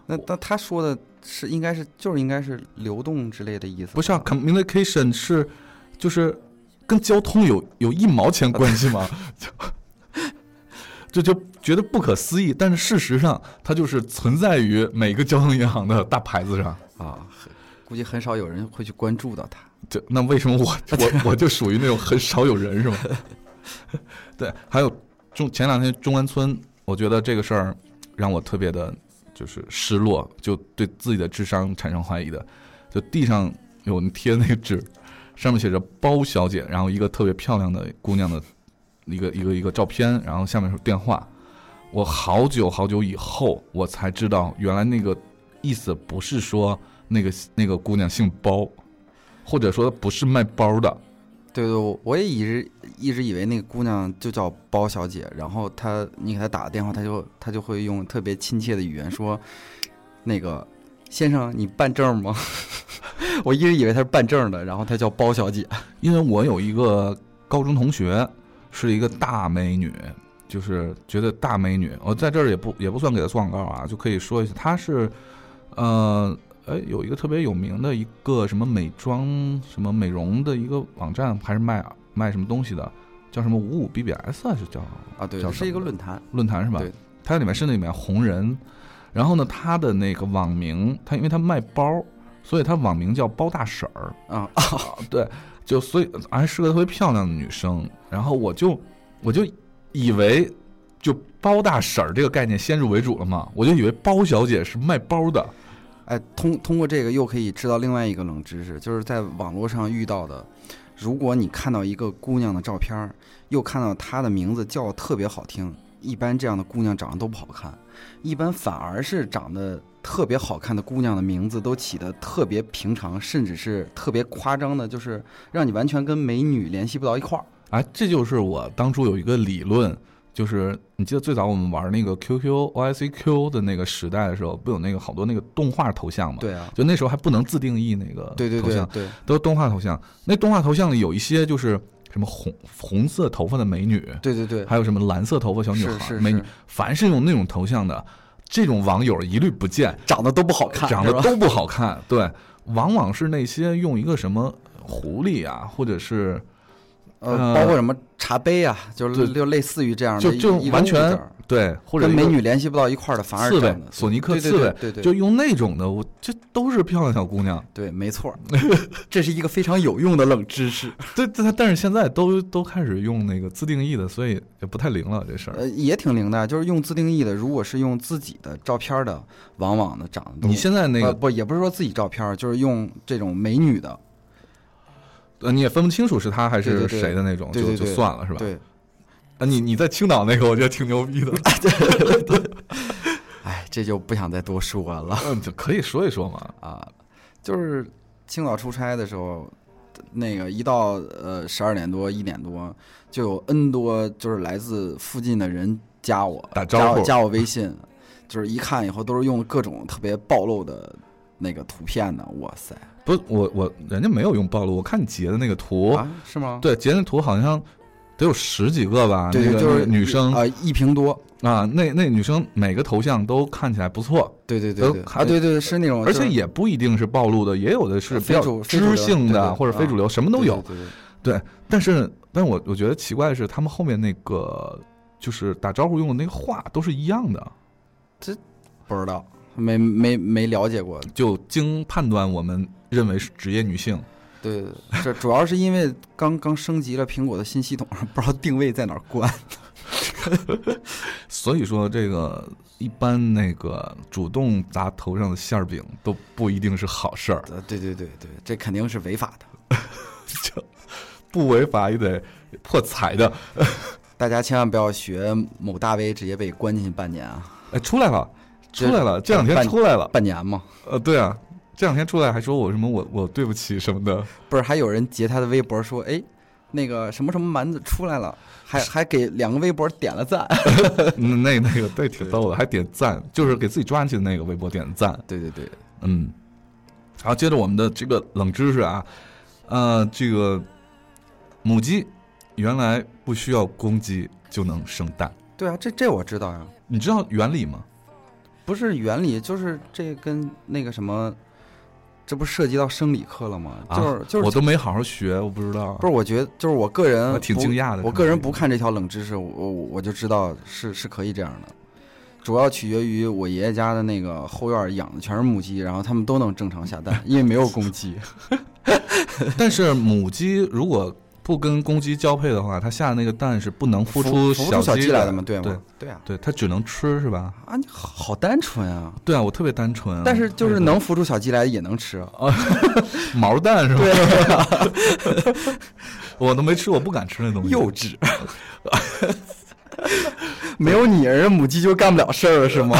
那那他说的是应该是就是应该是流动之类的意思。 不是啊 ，communication 是就是跟交通有有一毛钱关系吗？就就觉得不可思议，但是事实上它就是存在于每个交通银行的大牌子上啊，估计很少有人会去关注到它。 就那为什么我我我就属于那种很少有人是吗？对，还有中前两天中关村，我觉得这个事儿让我特别的就是失落，就对自己的智商产生怀疑的。就地上有贴那个纸，上面写着包小姐，然后一个特别漂亮的姑娘的一个一个一个照片，然后下面是电话。我好久好久以后我才知道，原来那个意思不是说那个那个姑娘姓包，或者说不是卖包的。 对对，我也一直一直以为那个姑娘就叫包小姐，然后她你给她打个电话，她就她就会用特别亲切的语言说，那个先生你办证吗？我一直以为她是办证的，然后她叫包小姐。 因为我有一个高中同学是一个大美女，就是觉得大美女，我在这儿也不也不算给她做广告啊，就可以说一下，她是呃。哎，有一个特别有名的一个什么美妆、什么美容的一个网站，还是卖卖什么东西的，叫什么五五 B B S 还是叫啊？对， 叫是一个论坛， 论坛是吧？ 对， 它里面是那里面红人，然后呢，他的那个网名，他因为他卖包，所以他网名叫包大婶儿啊啊，对，就所以还是个特别漂亮的女生，然后我就我就以为就包大婶儿这个概念先入为主了嘛，我就以为包小姐是卖包的。 哎，通通过这个又可以知道另外一个冷知识，就是在网络上遇到的，如果你看到一个姑娘的照片，又看到她的名字叫特别好听，一般这样的姑娘长得都不好看，一般反而是长得特别好看的姑娘的名字都起得特别平常，甚至是特别夸张的，就是让你完全跟美女联系不到一块儿。 哎，这就是我当初有一个理论。就是你记得最早我们玩那个 Q Q O I C Q 的那个时代的时候，不有那个好多那个动画头像吗？ 对啊， 就那时候还不能自定义那个头像， 对对对对， 都是动画头像。那动画头像里有一些就是什么红红色头发的美女， 对对对， 还有什么蓝色头发小女孩是是是美女，凡是用那种头像的，这种网友一律不见， 长得都不好看， 长得都不好看。对，往往是那些用一个什么狐狸啊，或者是。 呃，包括什么茶杯啊，就是就类似于这样的， 就就完全对，或者跟美女联系不到一块儿的，反而刺猬，索尼克刺猬， 对对， 就用那种的，我这都是漂亮小姑娘。 对，没错，这是一个非常有用的冷知识。 对，但但是现在都都开始用那个自定义的，所以也不太灵了这事儿。 呃，也挺灵的，就是用自定义的，如果是用自己的照片的，往往的长得你现在那个、 呃、不也不是说自己照片，就是用这种美女的。 呃，你也分不清楚是他还是谁的那种， 对对对就就算了是吧？ 对， 啊，你你在青岛那个，我觉得挺牛逼的。 对对对，哎，这就不想再多说了。 嗯，就可以说一说嘛。 啊，就是青岛出差的时候，那个一到呃十二点多一点多，就有 N 多就是来自附近的人加我， 打招呼， 加我微信，就是一看以后都是用各种特别暴露的那个图片的，哇塞！ 不，我我人家没有用暴露，我看你截的那个图啊，是吗？ 对，截的图好像得有十几个吧， 对， 那个、 就是女生啊，一屏多啊，那那女生每个头像都看起来不错， 对对对对啊，对对是那种， 而且也不一定是暴露的，也有的是比较知性的或者非主流，什么都有， 对对对。但是，但是我我觉得奇怪的是，他们后面那个就是打招呼用的那个话都是一样的， 这不知道。没没没了解过， 就经判断，我们认为是职业女性。 对，这主要是因为刚刚升级了苹果的新系统，不知道定位在哪儿关。 所以说，这个一般那个主动砸头上的馅饼都不一定是好事儿。 对对对对，这肯定是违法的。 就不违法也得破财的。 大家千万不要学某大 V 直接被关进去半年啊！ 哎，出来了。出来了，这两天出来了， 半年嘛。 呃，对啊，这两天出来还说我什么我我对不起什么的， 不是还有人截他的微博说，哎，那个什么什么蛮子出来了，还还给两个微博点了赞。 那那个对挺逗的，还点赞，就是给自己抓进去的那个微博点赞。 对对对， 嗯。好，接着我们的这个冷知识啊，呃，这个母鸡原来不需要公鸡就能生蛋。 对啊，这这我知道呀。 你知道原理吗？ 不是原理，就是这跟那个什么，这不涉及到生理课了吗？就是、 啊、 就是我都没好好学，我不知道。 不是，我觉得就是我个人我挺惊讶的。 我个人不看这条冷知识，我我我就知道是是可以这样的。主要取决于我爷爷家的那个后院养的全是母鸡，然后他们都能正常下蛋，因为没有公鸡。 但是母鸡如果不跟公鸡交配的话，它下的那个蛋是不能孵出小鸡来的吗？对吗？ 对对啊， 对，它只能吃是吧？ 啊，你好单纯啊！ 对啊，我特别单纯、啊。 但是就是能孵出小鸡来也能吃啊， 毛蛋是吧？ 对、啊， 我都没吃，我不敢吃那东西。 幼稚。没有你，人母鸡就干不了事儿了，是吗？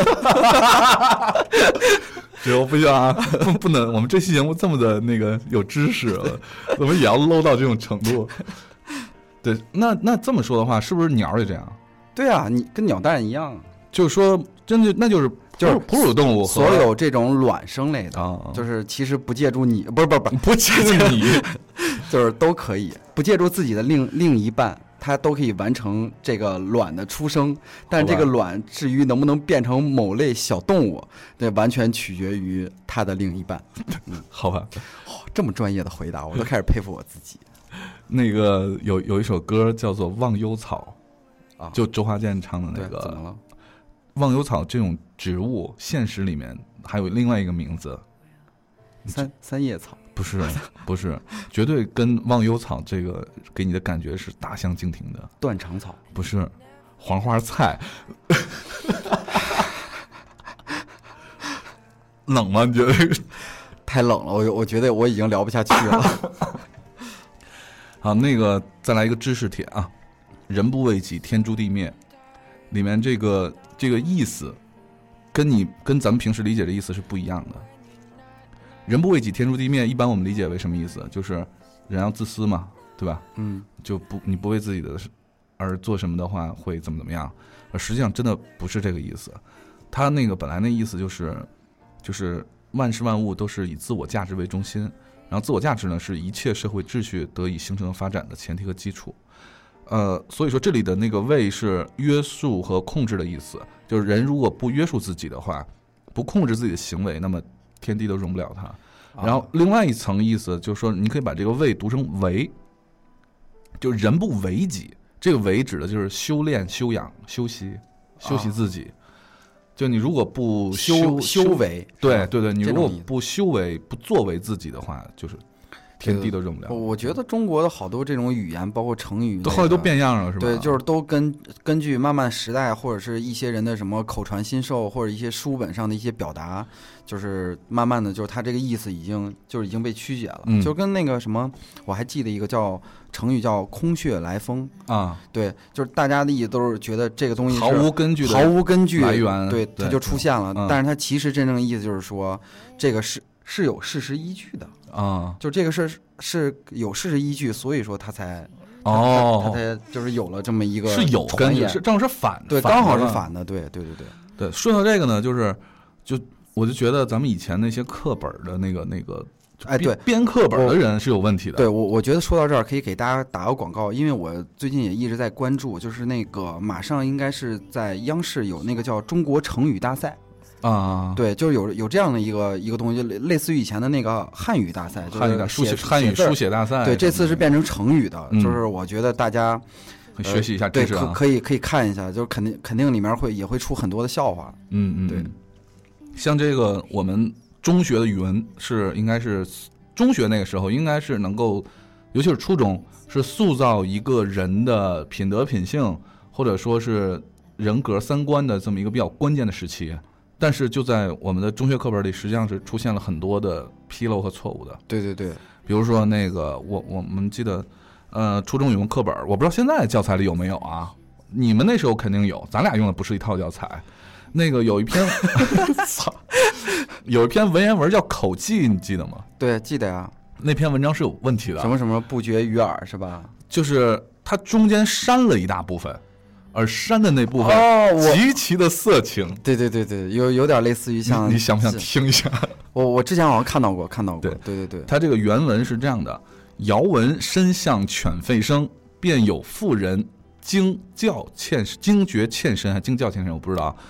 这我不行啊，不不能，我们这期节目这么的那个有知识，我们也要 low 到这种程度。对，那那这么说的话，是不是鸟也这样？ 对啊，你跟鸟蛋一样。 就是说，真的那就是就是哺乳动物， 所有这种卵生类的， 啊、 就是其实不借助你，不是不是不是不借助你， 就是都可以不借助自己的另另一半。它都可以完成这个卵的出生，但这个卵至于能不能变成某类小动物，这完全取决于它的另一半。 嗯，好吧、 哦，这么专业的回答，我都开始佩服我自己。 那个有有一首歌叫做《忘忧草》 啊， 就周华健唱的那个。 怎么了？ 忘忧草这种植物，现实里面还有另外一个名字， 三三叶草。 不是不是，绝对跟忘忧草这个给你的感觉是大相径庭的。 断肠草不是，黄花菜。冷吗？你觉得？ 太冷了，我我觉得我已经聊不下去了。 好，那个再来一个知识帖啊，人不为己，天诛地灭，里面这个这个意思，跟你跟咱们平时理解的意思是不一样的。人不为己，天诛地灭，一般我们理解为什么意思？就是人要自私嘛，对吧？ 嗯， 就不你不为自己的而做什么的话，会怎么怎么样？而实际上真的不是这个意思。他那个本来那意思就是，就是万事万物都是以自我价值为中心，然后自我价值呢是一切社会秩序得以形成发展的前提和基础。呃，所以说这里的那个为是约束和控制的意思，就是人如果不约束自己的话，不控制自己的行为，那么天地都容不了它。然后另外一层意思就是说，你可以把这个为读成为，就人不为己。这个为指的就是修炼、修养、修习、修习自己。就你如果不修修为， 对对对，你如果不修为、不作为自己的话，就是天地都容不了。 我觉得中国的好多这种语言，包括成语， 都后来都变样了，是吧？ 对，就是都根根据慢慢时代或者是一些人的什么口传心授，或者一些书本上的一些表达，就是慢慢的，就是它这个意思已经就是已经被曲解了。嗯、就跟那个什么，我还记得一个叫成语叫空穴来风啊， 对，就是大家的意思都是觉得这个东西毫无根据的， 毫无根据来源， 对，它就出现了。 嗯、 但是它其实真正的意思就是说，这个是是有事实依据的。 啊， 就这个是是有事实依据，所以说他才哦， 他才就是有了这么一个是有根据，是正好是反的， 对，刚好是反的，对对对对对。说到这个呢，就是就我就觉得咱们以前那些课本的那个那个， 哎，对， 编课本的人是有问题的。 对我我觉得说到这儿可以给大家打个广告，因为我最近也一直在关注，就是那个马上应该是在央视有那个叫中国成语大赛。 啊， 对，就是有有这样的一个一个东西，类似于以前的那个汉语大赛， 汉语书写汉语书写大赛。 对，这次是变成成语的，嗯、就是我觉得大家、 呃、学习一下知识、啊， 对，可可以可以看一下，就是肯定肯定里面会也会出很多的笑话。 嗯嗯， 对。 像这个我们中学的语文是应该是中学那个时候应该是能够，尤其是初中，是塑造一个人的品德品性或者说是人格三观的这么一个比较关键的时期。但是就在我们的中学课本里，实际上是出现了很多的纰漏和错误的。 对对对， 比如说那个我我们记得，呃，初中语文课本，我不知道现在教材里有没有啊？你们那时候肯定有，咱俩用的不是一套教材。那个有一篇，操，有一篇文言文叫《口技》，你记得吗？ 对，记得呀。 那篇文章是有问题的。 什么什么不绝于耳是吧？ 就是它中间删了一大部分。而删的那部分哦， 极其的色情。 对对对对，有有点类似于像你，你想不想听一下？ 我我之前好像看到过，看到过。 对对对对， 它这个原文是这样的：遥闻身向犬吠声，便有妇人惊叫欠惊觉欠身，还惊叫欠身，我不知道。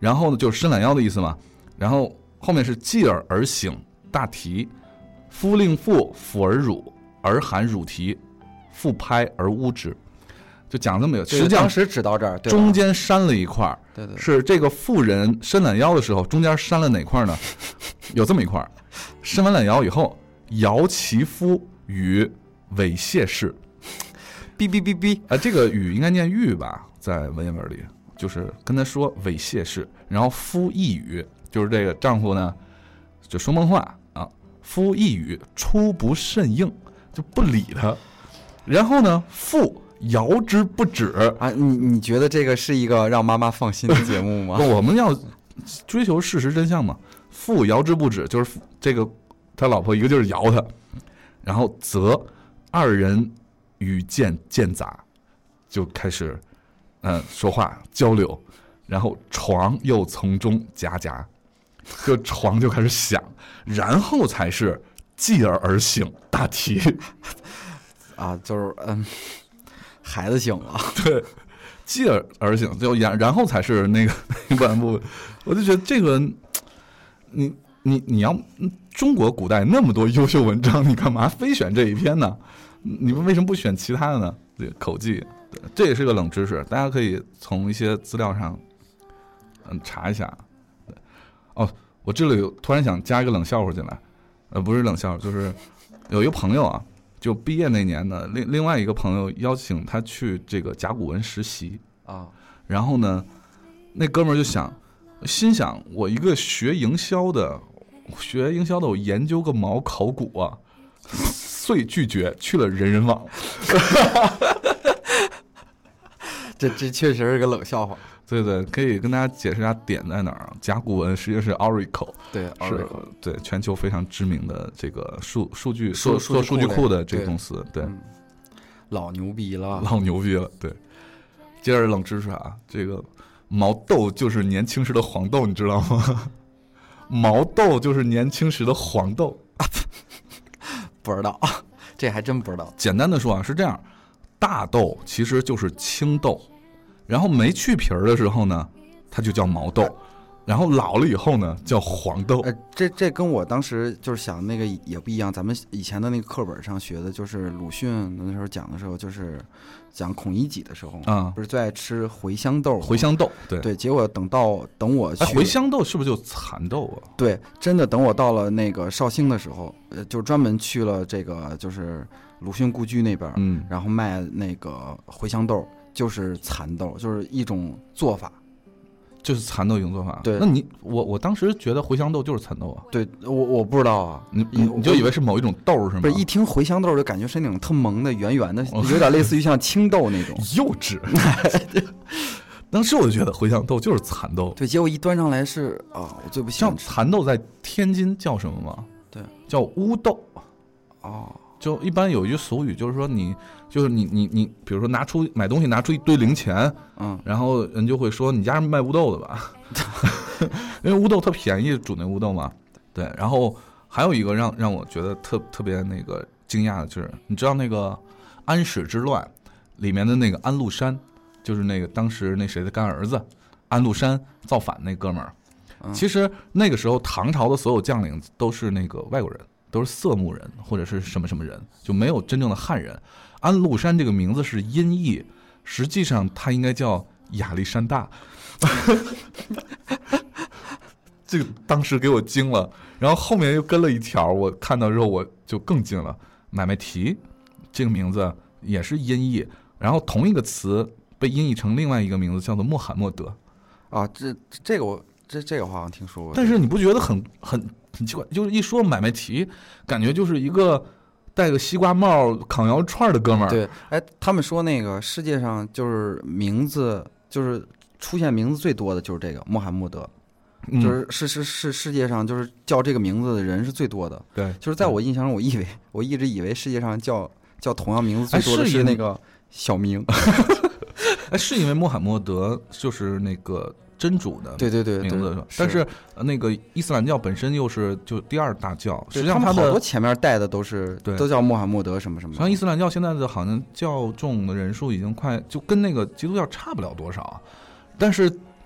然后呢就是伸懒腰的意思嘛，然后后面是继而而醒大啼，夫令父抚而乳，而含乳啼，父拍而污之，就讲这么有。实际上当时只到这儿，对吧中间删了一块， 对对， 是这个妇人伸懒腰的时候，中间删了哪块呢？有这么一块，伸完懒腰以后，摇其夫与猥亵事。 哔哔哔哔啊，这个语应该念玉吧，在文言文里，就是跟他说猥亵事，然后夫一语，就是这个丈夫呢，就说梦话啊，夫一语出不甚应，就不理他，然后呢，父摇之不止啊！你你觉得这个是一个让妈妈放心的节目吗？ 我们要追求事实真相嘛。父摇之不止，就是这个他老婆一个劲儿摇他，然后则二人语渐渐杂，就开始嗯、呃、说话交流，然后床又从中夹夹，就床就开始响，然后才是继而而醒大啼啊，就是嗯，孩子醒了， 对，继而而醒，就然然后才是那个那个部分，我就觉得这个，你你你要中国古代那么多优秀文章，你干嘛非选这一篇呢？你们为什么不选其他的呢？这个口技，这也是个冷知识，大家可以从一些资料上嗯查一下。哦，我这里有突然想加一个冷笑话进来，呃，不是冷笑话，就是有一个朋友啊，就毕业那年呢，另另外一个朋友邀请他去这个甲骨文实习啊， 然后呢，那哥们儿就想，心想我一个学营销的，学营销的我研究个毛考古啊，遂拒绝去了人人网。 这这确实是个冷笑话。 对对，可以跟大家解释一下点在哪儿。甲骨文实际上是 Oracle， 对 ，Oracle， 对全球非常知名的这个数数据做做数据库的这个公司，对， 嗯，老牛逼了， 老牛逼了。对，接着冷知识啊，这个毛豆就是年轻时的黄豆，你知道吗？毛豆就是年轻时的黄豆， 不知道，这还真不知道。 简单的说啊，是这样，大豆其实就是青豆。然后没去皮儿的时候呢，它就叫毛豆，然后老了以后呢叫黄豆。 呃，这这跟我当时就是想那个也不一样。咱们以前的那个课本上学的，就是鲁迅那时候讲的时候，就是讲孔乙己的时候啊、嗯， 不是最爱吃茴香豆？ 茴香豆，对对。结果等到等我去， 哎，茴香豆是不是就蚕豆啊？ 对，真的等我到了那个绍兴的时候，呃，就专门去了这个就是鲁迅故居那边， 嗯， 然后卖那个茴香豆。就是蚕豆，就是一种做法， 就是蚕豆一种做法。 对， 那你我我当时觉得茴香豆就是蚕豆啊。 对，我我不知道啊， 你你你就以为是某一种豆是吗？ 不是，一听茴香豆就感觉是那种特萌的、圆圆的，有点类似于像青豆那种。 幼稚。当时我就觉得茴香豆就是蚕豆。 对，结果一端上来是啊，我最不喜欢吃。蚕豆在天津叫什么吗？ 对， 叫乌豆。 哦。 就一般有一句俗语，就是说你就是你你你，比如说拿出买东西拿出一堆零钱， 嗯， 然后人就会说你家是卖乌豆的吧？因为乌豆特便宜，煮那乌豆嘛。对，然后还有一个让让我觉得特特别那个惊讶的就是，你知道那个安史之乱里面的那个安禄山，就是那个当时那谁的干儿子安禄山造反那哥们儿， 嗯， 其实那个时候唐朝的所有将领都是那个外国人。都是色目人或者是什么什么人，就没有真正的汉人。安禄山这个名字是音译，实际上他应该叫亚历山大。这个当时给我惊了，然后后面又跟了一条，我看到之后我就更惊了。买卖提这个名字也是音译，然后同一个词被音译成另外一个名字，叫做穆罕默德。 啊，这这个我这这个我好像听说过。 但是你不觉得很很？很奇怪，就是一说买卖提，感觉就是一个戴个西瓜帽烤羊肉串的哥们儿。 对，哎，他们说那个世界上就是名字，就是出现名字最多的就是这个穆罕默德， 嗯、 就是是是是世界上就是叫这个名字的人是最多的。 对， 就是在我印象中，我以为我一直以为世界上叫叫同样名字最多的是那个小明。 哎，是因为穆罕默德就是那个。真主的对对对名字，但是那个伊斯兰教本身又是就第二大教，实际上他的好多前面带的都是都叫穆罕默德什么什么。 像伊斯兰教现在的好像教众的人数已经快就跟那个基督教差不了多少，但是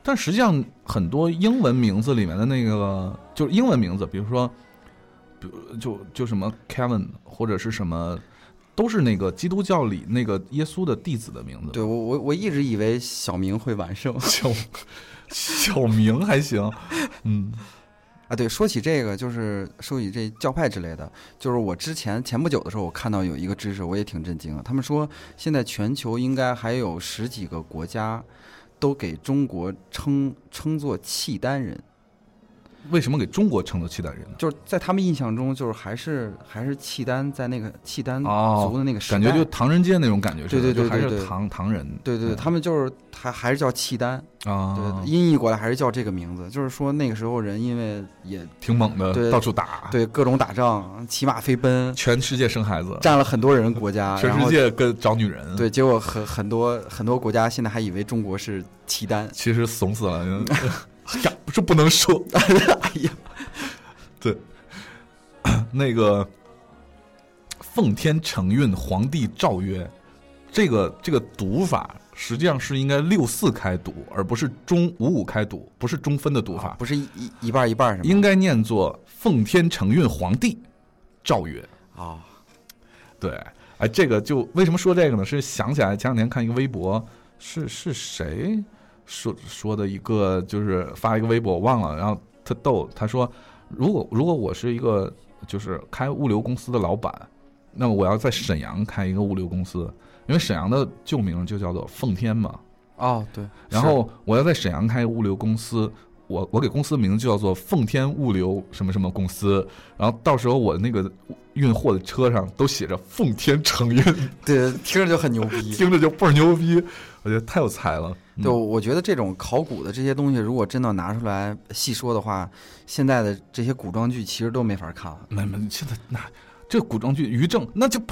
但实际上很多英文名字里面的那个就是英文名字，比如说，比如就就什么 Kevin 或者是什么，都是那个基督教里那个耶稣的弟子的名字。 对我我我一直以为小明会完胜， 小小明还行，嗯。 啊，对，说起这个，就是说起这教派之类的，就是我之前前不久的时候，我看到有一个知识，我也挺震惊的。他们说，现在全球应该还有十几个国家，都给中国称称作契丹人。 为什么给中国称作契丹人呢？ 就是在他们印象中，就是还是还是契丹在那个契丹族的那个时代， 哦、感觉就唐人街那种感觉， 对对对对对， 就还是唐唐人， 对对对，他们就是还还是叫契丹啊， 对，音译过来还是叫这个名字，就是说那个时候人因为也挺猛的，到处打， 对各种打仗，骑马飞奔， 全世界生孩子， 占了很多人国家， 全世界跟找女人， 对，结果很很多很多国家现在还以为中国是契丹， 其实怂死了。呀，不是不能说， 哎呀， 对，那个奉天承运皇帝诏曰，这个这个读法实际上是应该六四开读，而不是中五五开读，不是中分的读法， 啊、不是一一半一半是吗？ 应该念作奉天承运皇帝诏曰啊、哦， 对，哎，这个就为什么说这个呢？是想起来前两天看一个微博，是是谁？说说的一个就是发一个微博我忘了，然后特逗，他说如果如果我是一个就是开物流公司的老板，那么我要在沈阳开一个物流公司，因为沈阳的旧名就叫做奉天嘛。 哦，对。 然后我要在沈阳开物流公司，我我给公司的名字就叫做奉天物流什么什么公司，然后到时候我那个运货的车上都写着奉天承运， 对，听着就很牛逼， 听着就倍儿牛逼，我觉得太有才了。 对，我觉得这种考古的这些东西，如果真的拿出来细说的话，现在的这些古装剧其实都没法看了。 没没，现在那这古装剧于正那就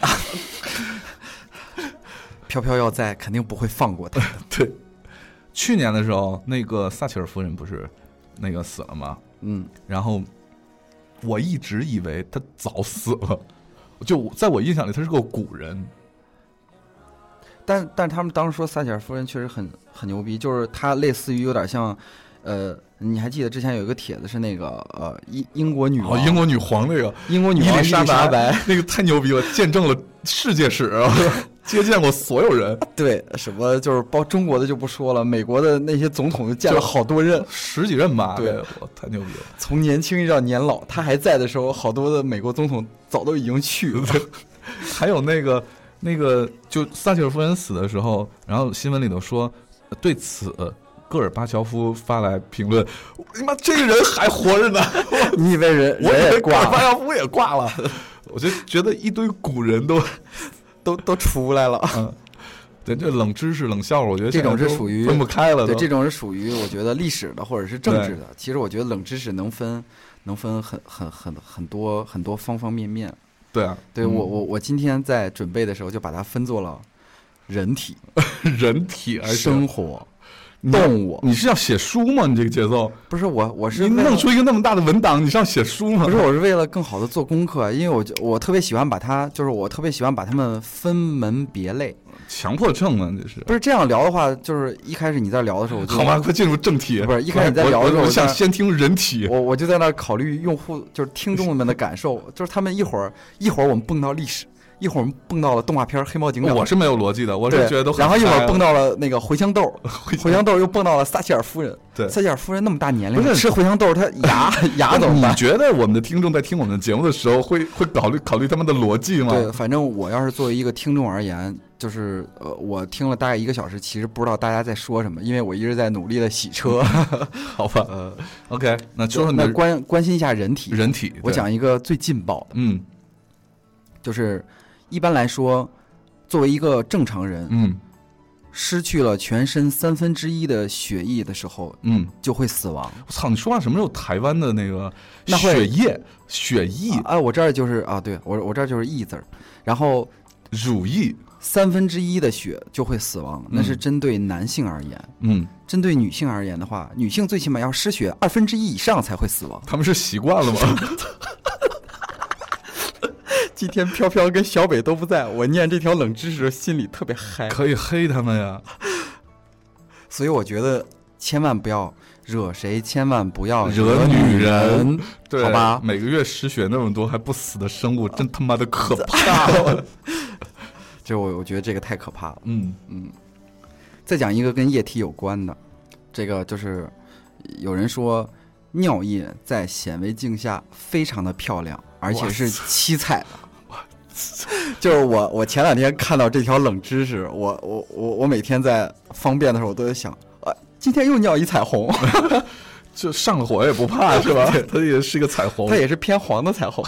飘飘要在，肯定不会放过他。 对，去年的时候，那个撒切尔夫人不是那个死了吗？ 嗯， 然后我一直以为她早死了，就在我印象里，她是个古人。 但但他们当时说撒切尔夫人确实很很牛逼，就是她类似于有点像，呃，你还记得之前有一个帖子是那个呃英英国女王、 哦、英国女皇那个英国女王伊丽莎白， 那个太牛逼了，见证了世界史，接见过所有人。 对，什么就是包中国的就不说了，美国的那些总统就见了好多任， 十几任吧。 对， 我太牛逼了， 从年轻到年老，他还在的时候，好多的美国总统早都已经去了。 还有那个。那个就撒切尔夫人死的时候，然后新闻里头说，对此戈尔巴乔夫发来评论：“他妈这个人还活着呢！” 你以为人我以为戈尔巴乔夫也挂了？我就觉得一堆古人都都都出来了。 嗯，对，这冷知识、冷笑话，我觉得这种是属于分不开了。 对，这种是属于我觉得历史的或者是政治的。其实我觉得冷知识能分能分很很很很多很多方方面面。 对啊， 对我我我今天在准备的时候就把它分作了人体、 人体、 生活、动物。 你是要写书吗？你这个节奏不是我，我是你弄出一个那么大的文档，你是要写书吗？ 不是，我是为了更好的做功课，因为我我特别喜欢把它，就是我特别喜欢把它们分门别类。 强迫症啊，这是不是这样聊的话？就是一开始你在聊的时候，我就好吧，快进入正题。 不是一开始你在聊的时候， 我想先听人体， 我我就在那考虑用户，就是听众们的感受，就是他们一会儿一会儿我们蹦到历史，一会儿我们蹦到了动画片《黑猫警长》， 我是没有逻辑的，我是觉得都很。 然后一会儿蹦到了那个茴香豆，茴香豆又蹦到了撒切尔夫人。 对， 撒切尔夫人那么大年龄，吃茴香豆，她牙牙怎么办？ 你觉得我们的听众在听我们的节目的时候，会会考虑考虑他们的逻辑吗？ 对，反正我要是作为一个听众而言。就是呃，我听了大概一个小时，其实不知道大家在说什么，因为我一直在努力的洗车。 好吧，呃 ，OK， 那说说你那关关心一下人体， 人体， 我讲一个最劲爆的， 嗯， 就是一般来说，作为一个正常人， 嗯， 失去了全身三分之一的血液的时候， 嗯， 就会死亡。 我操，你说话什么时候台湾的那个血液、血液啊？啊我这儿就是啊，对我我这儿就是液字儿，然后乳液。 三分之一的血就会死亡，那是针对男性而言。 嗯， 针对女性而言的话，女性最起码要失血二分之一以上才会死亡。 他们是习惯了吗？ 今天飘飘跟小北都不在，我念这条冷知识心里特别嗨。 可以黑他们呀。 所以我觉得千万不要惹谁，千万不要惹女人，对， 好吧？ 每个月失血那么多还不死的生物，真他妈的可怕！ 就我我觉得这个太可怕了。 嗯嗯。再讲一个跟液体有关的，这个就是有人说尿液在显微镜下非常的漂亮，而且是七彩的。就是我我前两天看到这条冷知识，我我我我每天在方便的时候我都在想，啊，今天又尿一彩虹， 就上火也不怕是吧？它也是个彩虹， 它也是偏黄的彩虹。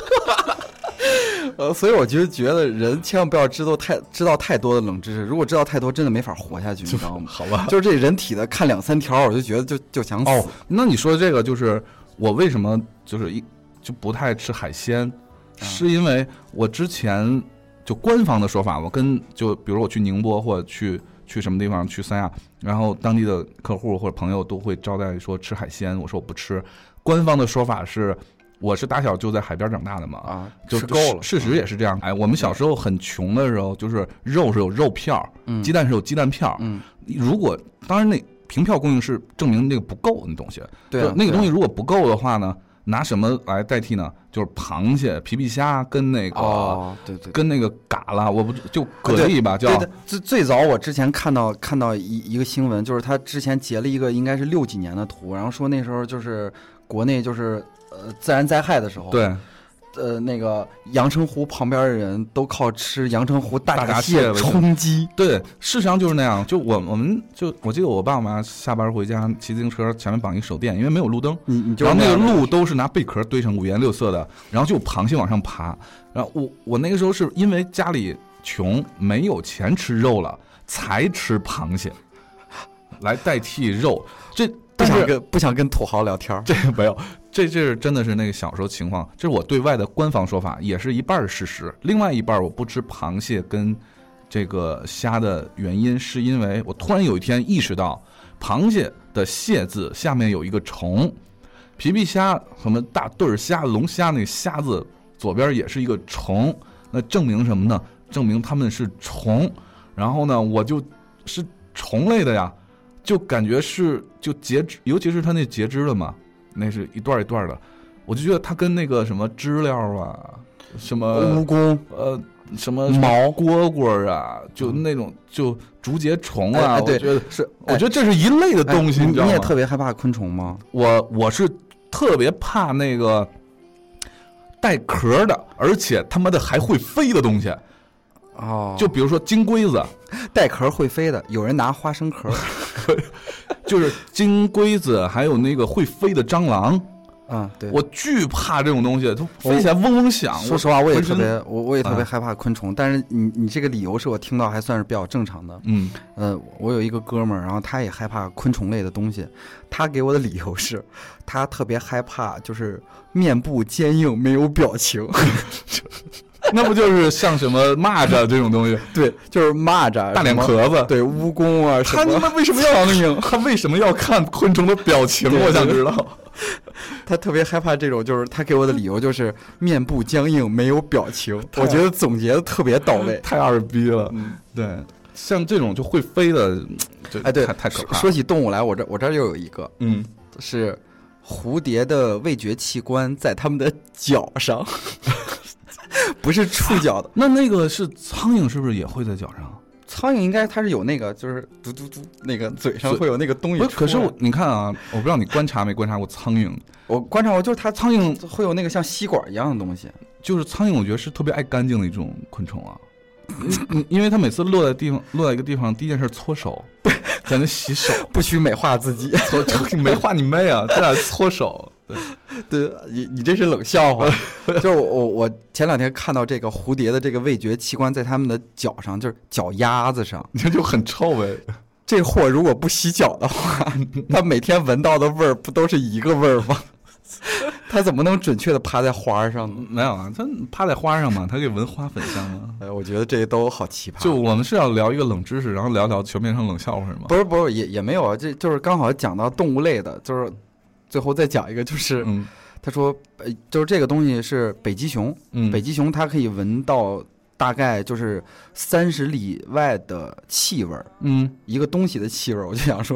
呃，所以我就觉得人千万不要知道太知道太多的冷知识，如果知道太多，真的没法活下去，你知道吗？ 好吧， 就是这人体的看两三条，我就觉得就就想死。 哦，那你说这个就是我为什么就是一就不太吃海鲜，嗯、是因为我之前就官方的说法，我跟就比如我去宁波或者去去什么地方去三亚，然后当地的客户或者朋友都会招待说吃海鲜，我说我不吃，官方的说法是。我是打小就在海边长大的嘛， 啊， 就吃够了。 事实也是这样。哎，我们小时候很穷的时候，就是肉是有肉票，嗯，鸡蛋是有鸡蛋票，嗯。如果当然那凭票供应是证明那个不够那东西， 对、啊， 那个东西如果不够的话呢，拿什么来代替呢？就是螃蟹、皮皮虾跟那个， 哦，对 对, 对， 跟那个蛤蜊，我不就蛤蜊吧？叫最最早我之前看到看到一一个新闻，就是他之前截了一个应该是六几年的图，然后说那时候就是国内就是。呃，自然灾害的时候， 对， 呃，那个阳澄湖旁边的人都靠吃阳澄湖大闸蟹充饥。 对，事实上就是那样。就我我们就我记得我爸我妈下班回家骑自行车，前面绑一手电，因为没有路灯， 你你就然后那个路都是拿贝壳堆成五颜六色的，然后就有螃蟹往上爬。然后我我那个时候是因为家里穷，没有钱吃肉了，才吃螃蟹来代替肉。这不想跟不想跟土豪聊天， 这个没有。这这是真的是那个小时候情况，这是我对外的官方说法，也是一半事实。另外一半我不吃螃蟹跟这个虾的原因，是因为我突然有一天意识到，螃蟹的蟹字下面有一个虫，皮皮虾什么大对虾、龙虾那个虾字左边也是一个虫，那证明什么呢？证明它们是虫。然后呢，我就是虫类的呀，就感觉是就节肢，尤其是它那节肢了嘛。那是一段一段的，我就觉得它跟那个什么知了啊，什么蜈蚣， 呃，什么毛蝈蝈啊，就那种就竹节虫啊， 哎、对， 我觉得是， 我觉得这是一类的东西， 哎、 你知道吗？ 你也特别害怕昆虫吗？ 我我是特别怕那个带壳的，而且他妈的还会飞的东西。 哦， 就比如说金龟子， 带壳会飞的，有人拿花生壳， 就是金龟子，还有那个会飞的蟑螂。 啊，对， 我巨怕这种东西，它飞起来嗡嗡响。 说实话，我也特别，我我也特别啊害怕昆虫。但是你你这个理由是我听到还算是比较正常的。 嗯， 呃，我有一个哥们儿，然后他也害怕昆虫类的东西。他给我的理由是，他特别害怕，就是面部坚硬没有表情。 那不就是像什么蚂蚱这种东西？ 对，就是蚂蚱、 大脸壳子， 对，蜈蚣啊什么。 他他妈为什么要他为什么要看昆虫的表情？我想知道。 他特别害怕这种，就是他给我的理由就是面部僵硬没有表情。我觉得总结的特别到位， 太二逼了。嗯，对，像这种就会飞的， 哎，对， 太太可怕了。 说起动物来，我这我这又有一个， 嗯， 是蝴蝶的味觉器官在它们的脚上。不是触角的， 那那个是苍蝇，是不是也会在脚上？ 苍蝇应该它是有那个，就是嘟嘟嘟，那个嘴上会有那个东西。 可是我你看啊，我不知道你观察没观察过苍蝇？ 我观察过，就是它苍蝇会有那个像吸管一样的东西。 就是苍蝇，我觉得是特别爱干净的一种昆虫啊。因为它每次落在地方，落在一个地方，第一件事搓手，在那洗手， 不许美化自己， 美化你妹啊！在那搓手。对， 对你你这是冷笑话。就是我我我前两天看到这个蝴蝶的这个味觉器官在它们的脚上，就是脚丫子上， 这就很臭呗。 这货如果不洗脚的话，他每天闻到的味儿不都是一个味儿吗？他怎么能准确的趴在花上呢？ 没有啊，他趴在花上嘛，他可以闻花粉香啊。 哎，我觉得这都好奇葩。 就我们是要聊一个冷知识，然后聊聊全变成冷笑话是吗？ 不是不是，也也没有啊，这就是刚好讲到动物类的，就是最后再讲一个，就是、 嗯、 他说，呃，就是这个东西是北极熊， 嗯， 北极熊它可以闻到大概就是三十里外的气味， 嗯， 一个东西的气味，我就想说。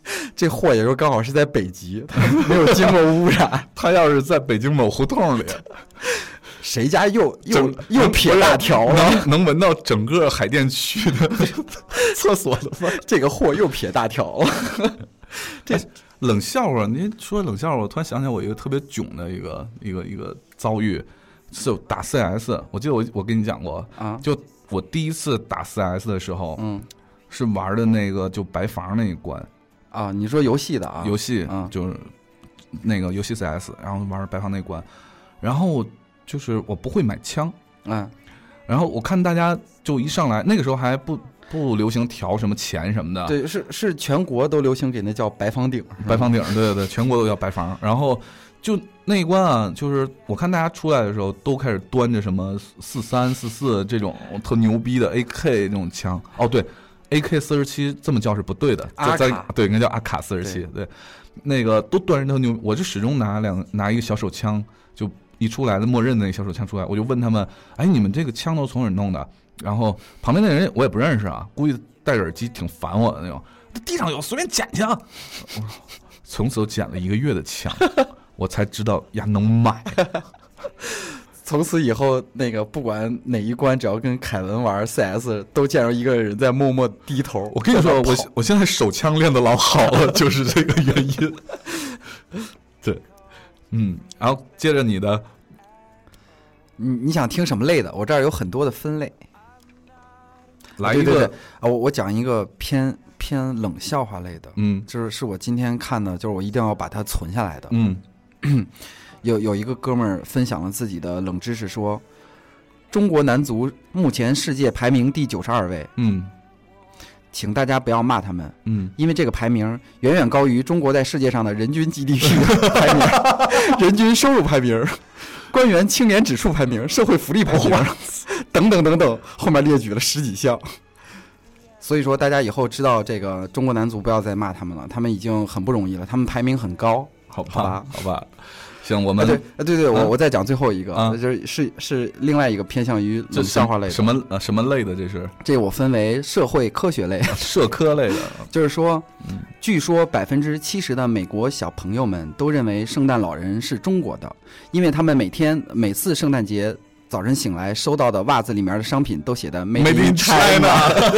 这货也就刚好是在北极，没有经过污染。 他要是在北京某胡同里， 谁家又又又撇大条了？ 能能闻到整个海淀区的厕所的味儿。 这个货又撇大条了。 这冷笑话，您说冷笑话，我突然想起来我一个特别囧的一个一个一个遭遇，是打 C S。我记得我我跟你讲过啊，就我第一次打 C S 的时候，嗯，是玩的那个就白房那一关啊。你说游戏的啊？ 游戏啊， 就是那个游戏 C S， 然后玩白房那关，然后就是我不会买枪，嗯，然后我看大家就一上来，那个时候还不。不流行调什么钱什么的， 对，是是全国都流行给那叫白房顶， 白房顶，对对对，全国都叫白房。然后就那一关啊，就是我看大家出来的时候都开始端着什么四三四四这种特牛逼的 A K 那种枪。哦，对 ，A K 四十七这么叫是不对的， 阿卡， 对，应该叫阿卡四十七。对，那个都端着特牛，我就始终拿两拿一个小手枪，就一出来的默认的那小手枪出来，我就问他们，哎，你们这个枪都从哪儿弄的？然后旁边那人我也不认识啊，估计戴着耳机挺烦我的那种。地上有，随便捡去啊！从此我捡了一个月的枪，我才知道呀能买。 从此以后，那个不管哪一关，只要跟凯文玩 C S， 都见着一个人在默默低头。 我跟你说，我我现在手枪练得老好了，就是这个原因。对，嗯，然后接着你的， 你你想听什么类的？我这儿有很多的分类。 来一个对对对啊，我我讲一个偏偏冷笑话类的， 嗯， 就是是我今天看的，就是我一定要把它存下来的， 嗯， 有有一个哥们儿分享了自己的冷知识，说中国男足目前世界排名第九十二位， 嗯， 请大家不要骂他们， 嗯， 因为这个排名远远高于中国在世界上的人均 G D P 排名、人均收入排名、官员青年指数排名、社会福利排名。等等等等，后面列举了十几项。所以说，大家以后知道这个中国男足不要再骂他们了，他们已经很不容易了，他们排名很高， 好吧？ 好吧， 好吧。行，我们、 啊、对啊对对，我、 啊、 我再讲最后一个， 啊、 就是是是另外一个偏向于冷笑话类的， 什么呃什么类的？这是这我分为社会科学类、 社科类的， 就是说， 嗯、 据说百分之七十的美国小朋友们都认为圣诞老人是中国的，因为他们每天每次圣诞节。早晨醒来收到的袜子里面的商品都写的 Made in China，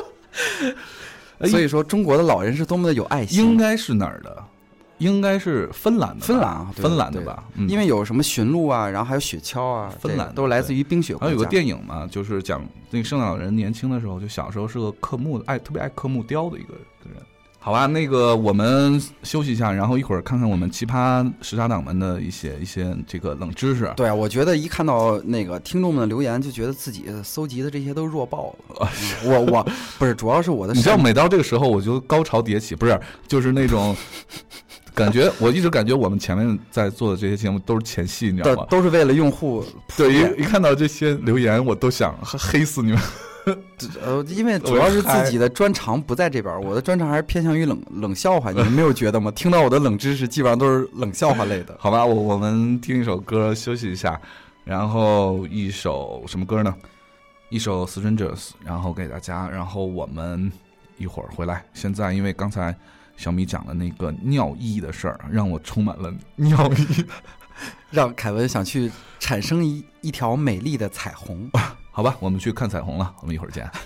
所以说中国的老人是多么的有爱心。 应该是哪儿的？应该是芬兰的， 芬兰啊， 芬兰的吧？ 嗯、因为有什么驯鹿啊，然后还有雪橇啊， 芬兰都是来自于冰雪国家。 还有个电影嘛，就是讲那个圣诞老人年轻的时候，就小时候是个刻木爱特别爱刻木雕的一个人。好吧，那个我们休息一下，然后一会儿看看我们奇葩时差党们的一些一些这个冷知识。 对啊，我觉得一看到那个听众们的留言，就觉得自己搜集的这些都弱爆了。嗯、我我不是，主要是我的， 你知道，每到这个时候我就高潮迭起，不是，就是那种感觉，我一直感觉我们前面在做的这些节目都是前戏，你知道吗？ 都是为了用户。 对，一一看到这些留言，我都想黑死你们。 呃，因为主要是自己的专长不在这边，我的专长还是偏向于冷冷笑话，你们没有觉得吗？听到我的冷知识，基本上都是冷笑话类的。 好吧，我我们听一首歌休息一下，然后一首什么歌呢？一首 Strangers， 然后给大家，然后我们一会儿回来。现在因为刚才小米讲的那个尿意的事儿，让我充满了尿意， 让凯文想去产生一一条美丽的彩虹。 好吧，我们去看彩虹了，我们一会儿见。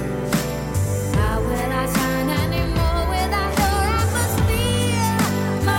My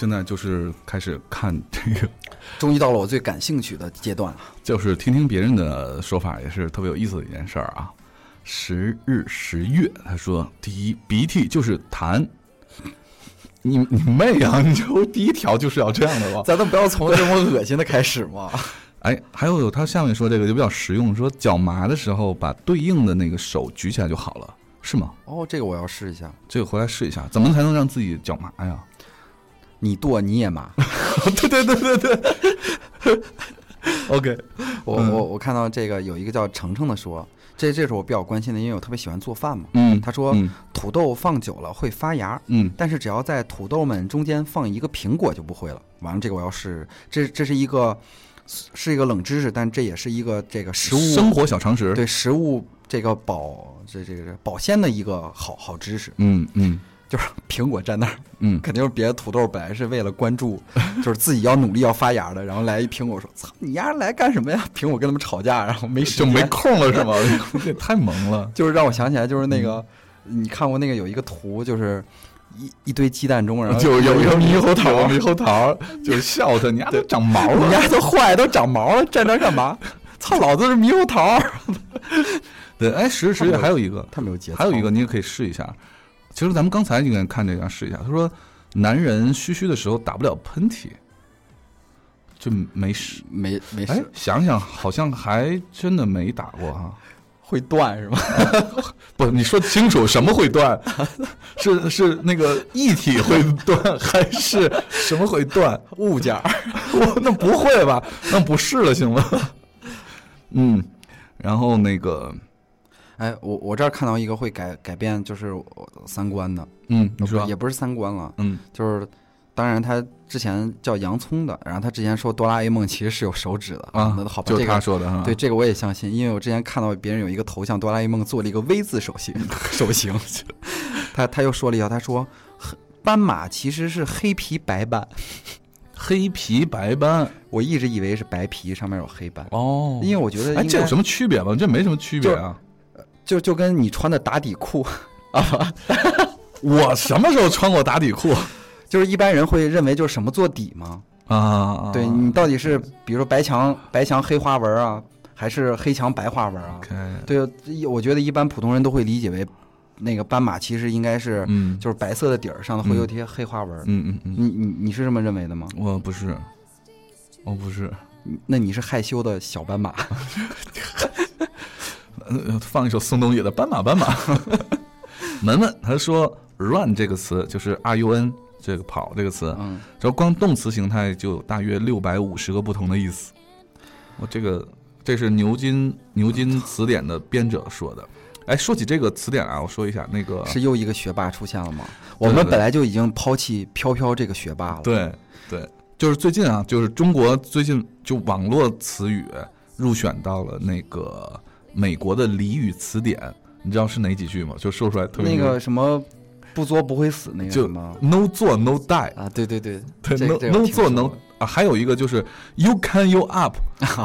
现在就是开始看这个， 终于到了我最感兴趣的阶段了， 就是听听别人的说法，也是特别有意思的一件事儿啊。十日十月，他说第一，鼻涕就是痰。你你妹啊！你就第一条就是要这样的吧？ 咱都不要从这么恶心的开始嘛。 哎，还有他下面说这个就比较实用，说脚麻的时候把对应的那个手举起来就好了，是吗？ 哦，这个我要试一下， 这个回来试一下，怎么才能让自己脚麻呀？ 你剁你也麻。 对对对对对。OK， 我我我看到这个有一个叫程程的说。这这是我比较关心的，因为我特别喜欢做饭嘛。 嗯， 他说、嗯、土豆放久了会发芽， 嗯， 但是只要在土豆们中间放一个苹果就不会了。完了，这个我要试，这这是一个是一个冷知识，但这也是一个这个食物生活小常识， 对食物这个保这这个保鲜的一个好好知识。 嗯嗯。 就是苹果站那儿， 嗯， 肯定是别的土豆本来是为了关注，就是自己要努力要发芽的，然后来一苹果说：“操，你丫来干什么呀？”苹果跟他们吵架，然后没时间就没空了是吗？这也太萌了。 就是让我想起来，就是那个、嗯、你看过那个有一个图，就是一一堆鸡蛋中，然后就有一个猕猴桃， 猕猴桃就笑他，你丫都长毛了， 你丫都坏都长毛了，站那干嘛？操，老子是猕猴桃。 对，哎，十十月还有一个， 他没有节操， 还有一个你也可以试一下。其实咱们刚才应该看这个试一下，他说男人嘘嘘的时候打不了喷嚏，就没事， 没没事。 哎，想想好像还真的没打过哈， 会断是吗？ 不，你说清楚什么会断？是是那个液体会断，还是什么会断？ 物件？ 我那不会吧？那不试了行吗？嗯，然后那个。 哎，我我这儿看到一个会改改变就是三观的， 嗯，你说也不是三观了， 嗯， 就是当然他之前叫洋葱的，然后他之前说哆啦 A 梦其实是有手指的啊， 那好吧， 就是他说的、这个， 对这个我也相信，因为我之前看到别人有一个头像哆啦 A 梦做了一个 V 字手型手型，他他又说了一条，他说斑马其实是黑皮白斑， 黑皮白斑， 我一直以为是白皮上面有黑斑哦， 因为我觉得哎，这有什么区别吗？这没什么区别啊。 就就跟你穿的打底裤啊， 我什么时候穿过打底裤？ 就是一般人会认为就是什么做底吗？ 啊， 对你到底是比如说白墙白墙黑花纹啊，还是黑墙白花纹啊？ Okay. 对，我觉得一般普通人都会理解为那个斑马其实应该是， 嗯， 就是白色的底儿上头会有些黑花纹。 嗯嗯嗯， 你你你是这么认为的吗？ 我不是，我不是。 那你是害羞的小斑马。 放一首宋冬野的《斑马斑马》。门门他说 "run" 这个词就是 R U N 这个跑这个词， 嗯， 然后光动词形态就有大约六百五十个不同的意思。我这个这是牛津牛津词典的编者说的。哎，说起这个词典啊，我说一下，那个是又一个学霸出现了吗？我们本来就已经抛弃飘飘这个学霸了。 对对，就是最近啊，就是中国最近就网络词语入选到了那个美国的俚语词典，你知道是哪几句吗？就说出来特别那个什么不作不会死那个什么 no 做 no die 啊，对对对对， 这 no 这 no 做 no 啊，还有一个就是 you can you up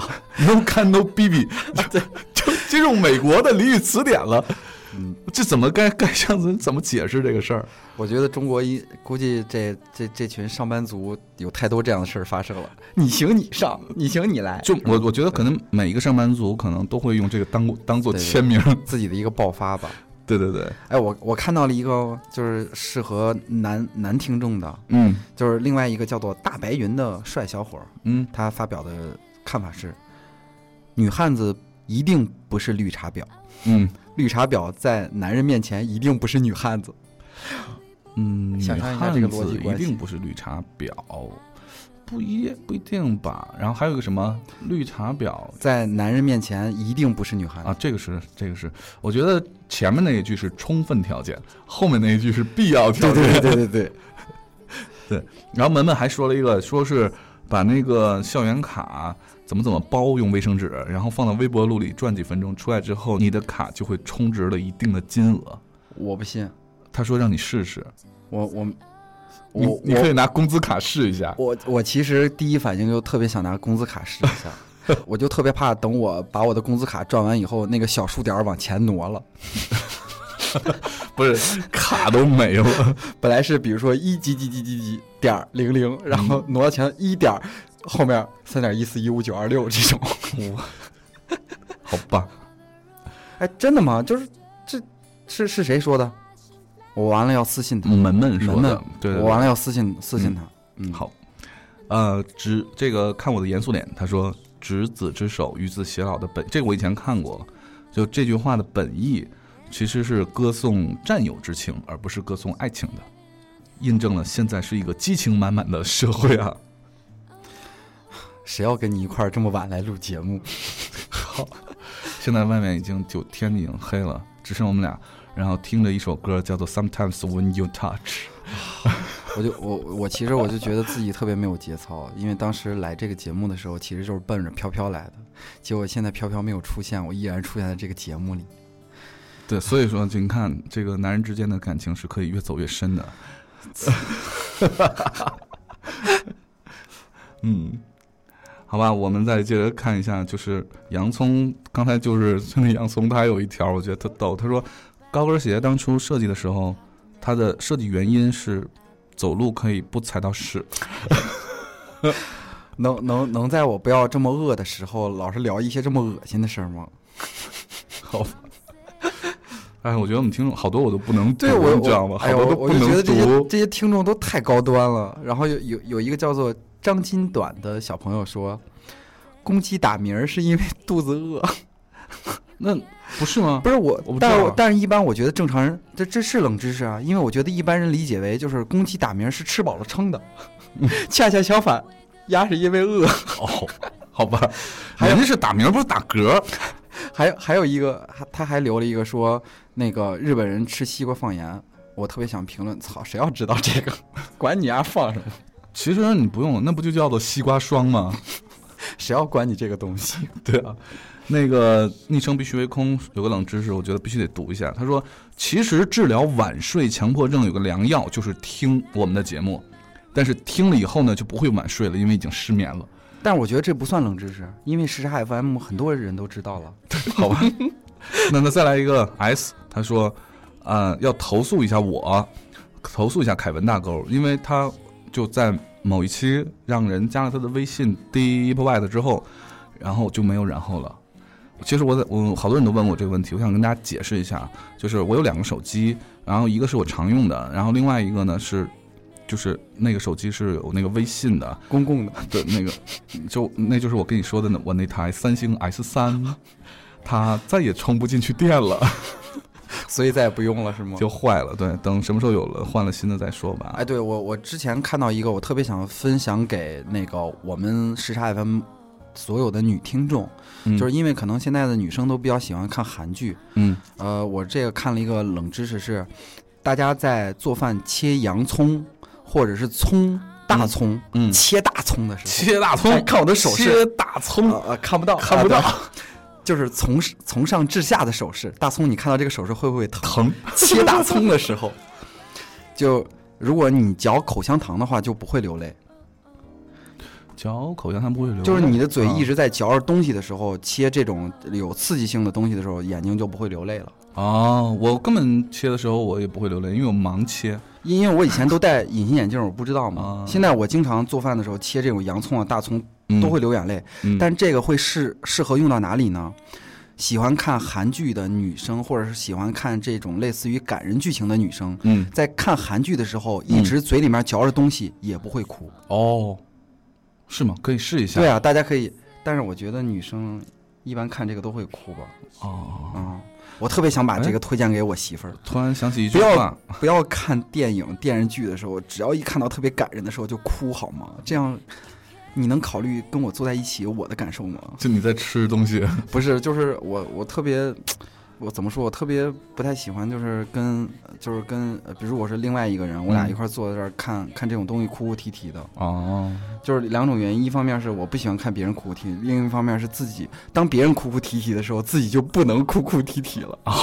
no can no baby， 对，就进入美国的俚语词典了。嗯，这怎么该该上次怎么解释这个事儿？ 我觉得中国一估计这这这群上班族有太多这样的事儿发生了。你行你上，你行你来。 就我我觉得可能每一个上班族可能都会用这个当当做签名， 自己的一个爆发吧。 对对对。 哎，我我看到了一个就是适合男男听众的， 嗯， 就是另外一个叫做大白云的帅小伙， 嗯， 他发表的看法是：女汉子一定不是绿茶婊， 嗯。 绿茶婊在男人面前一定不是女汉子。 嗯， 想象一下这个逻辑关系， 一定不是绿茶婊，不一不一定吧。然后还有一个什么绿茶婊在男人面前一定不是女汉子啊，这个是这个是，我觉得前面那一句是充分条件，后面那一句是必要条件。 对对对对对对。然后门门还说了一个，说是把那个校园卡怎么怎么包用卫生纸，然后放到微波炉里转几分钟，出来之后你的卡就会充值了一定的金额。 我不信， 他说让你试试。 我我我你可以拿工资卡试一下。 我我其实第一反应就特别想拿工资卡试一下，我就特别怕等我把我的工资卡转完以后，那个小数点往前挪了。 不是卡都没了。 本来是比如说一几几几几几点零零，然后挪到前一点后面三点一四一五九二六这种。 好吧， 哎，真的吗？就是这是是谁说的？我完了要私信他。 门门说的， 门门对, 对, 对， 我完了要私信私信他。 嗯，好。呃，执这个看我的严肃脸，他说“执子之手，与子偕老”的本，这个我以前看过。就这句话的本意，其实是歌颂战友之情，而不是歌颂爱情的，印证了现在是一个激情满满的社会啊。 谁要跟你一块儿这么晚来录节目？ 好，现在外面已经九天已经黑了，只剩我们俩，然后听着一首歌叫做《Sometimes When You Touch》。 我就我我其实我就觉得自己特别没有节操，因为当时来这个节目的时候，其实就是奔着飘飘来的，结果现在飘飘没有出现，我依然出现在这个节目里。 对，所以说你看，这个男人之间的感情是可以越走越深的。嗯，好吧，我们再接着看一下，就是洋葱，刚才就是那个洋葱，他还有一条我觉得特逗，他说高跟鞋当初设计的时候，它的设计原因是走路可以不踩到屎。 能能能在我不要这么饿的时候，老是聊一些这么恶心的事儿吗？ 好吧。哎，我觉得我们听众好多我都不能读， 对我你知道吗？ 哎、 好多都不能读。 我就觉得这些这些听众都太高端了。然后有有有一个叫做张金短的小朋友说，公鸡打鸣是因为肚子饿。 那不是吗？ 不是我， 我不但是但是一般我觉得正常人，这这是冷知识啊，因为我觉得一般人理解为就是公鸡打鸣是吃饱了撑的，恰恰相反，鸭是因为饿。 哦，好吧，人家是打鸣不是打嗝。 还有还有一个，他还留了一个说，那个日本人吃西瓜放盐，我特别想评论，操，谁要知道这个？管你丫放什么？ 其实你不用，那不就叫做西瓜霜吗？ 谁要管你这个东西？ 对啊。那个昵称必须为空有个冷知识，我觉得必须得读一下。他说，其实治疗晚睡强迫症有个良药，就是听我们的节目，但是听了以后呢，就不会晚睡了，因为已经失眠了。 但是我觉得这不算冷知识，因为时差 F M 很多人都知道了。 好吧。那那再来一个 S， 他说，呃，要投诉一下我，投诉一下凯文大沟，因为他就在某一期让人加了他的微信 Deep White 之后，然后就没有然后了。其实我我好多人都问我这个问题，我想跟大家解释一下，就是我有两个手机，然后一个是我常用的，然后另外一个呢是，就是那个手机是有那个微信的公共的， 对，那个就那就是我跟你说的，我那台三星 S 三，它再也充不进去电了， 所以再也不用了是吗？ 就坏了。对，等什么时候有了换了新的再说吧。 哎，对我我之前看到一个，我特别想分享给那个我们时差 F M。所有的女听众、嗯，就是因为可能现在的女生都比较喜欢看韩剧， 嗯， 呃，我这个看了一个冷知识是，大家在做饭切洋葱或者是葱大葱， 嗯， 切大葱的时候， 切大葱， 哎、看我的手势， 切大葱， 呃，呃看不到， 看不到， 啊、就是从从上至下的手势。大葱，你看到这个手势会不会疼？ 疼。 切大葱的时候，就如果你嚼口香糖的话，就不会流泪。 嚼口香糖不会流泪， 就是你的嘴一直在嚼着东西的时候、啊、切这种有刺激性的东西的时候，眼睛就不会流泪了。 哦，我根本切的时候我也不会流泪，因为我盲切。 因为我以前都戴隐形眼镜，我不知道嘛、 啊。 现在我经常做饭的时候切这种洋葱啊、大葱都会流眼泪， 嗯、 但这个会适适合用到哪里呢？喜欢看韩剧的女生，或者是喜欢看这种类似于感人剧情的女生， 嗯， 在看韩剧的时候，一直嘴里面嚼着东西也不会哭。 哦。是吗？可以试一下。 对啊，大家可以，但是我觉得女生一般看这个都会哭吧。 哦， 嗯，我特别想把这个推荐给我媳妇儿。 突然想起一句话， 不要不要看电影电视剧的时候，只要一看到特别感人的时候就哭好吗？这样你能考虑跟我坐在一起有我的感受吗？ 就你在吃东西？ 不是，就是我我特别。我怎么说？我特别不太喜欢，就是跟就是跟，比如我是另外一个人，我俩一块坐在这儿看、嗯、看这种东西哭哭啼啼的。 哦， 就是两种原因，一方面是我不喜欢看别人哭哭啼啼，另一方面是自己当别人哭哭啼啼的时候，自己就不能哭哭啼啼了。 哦，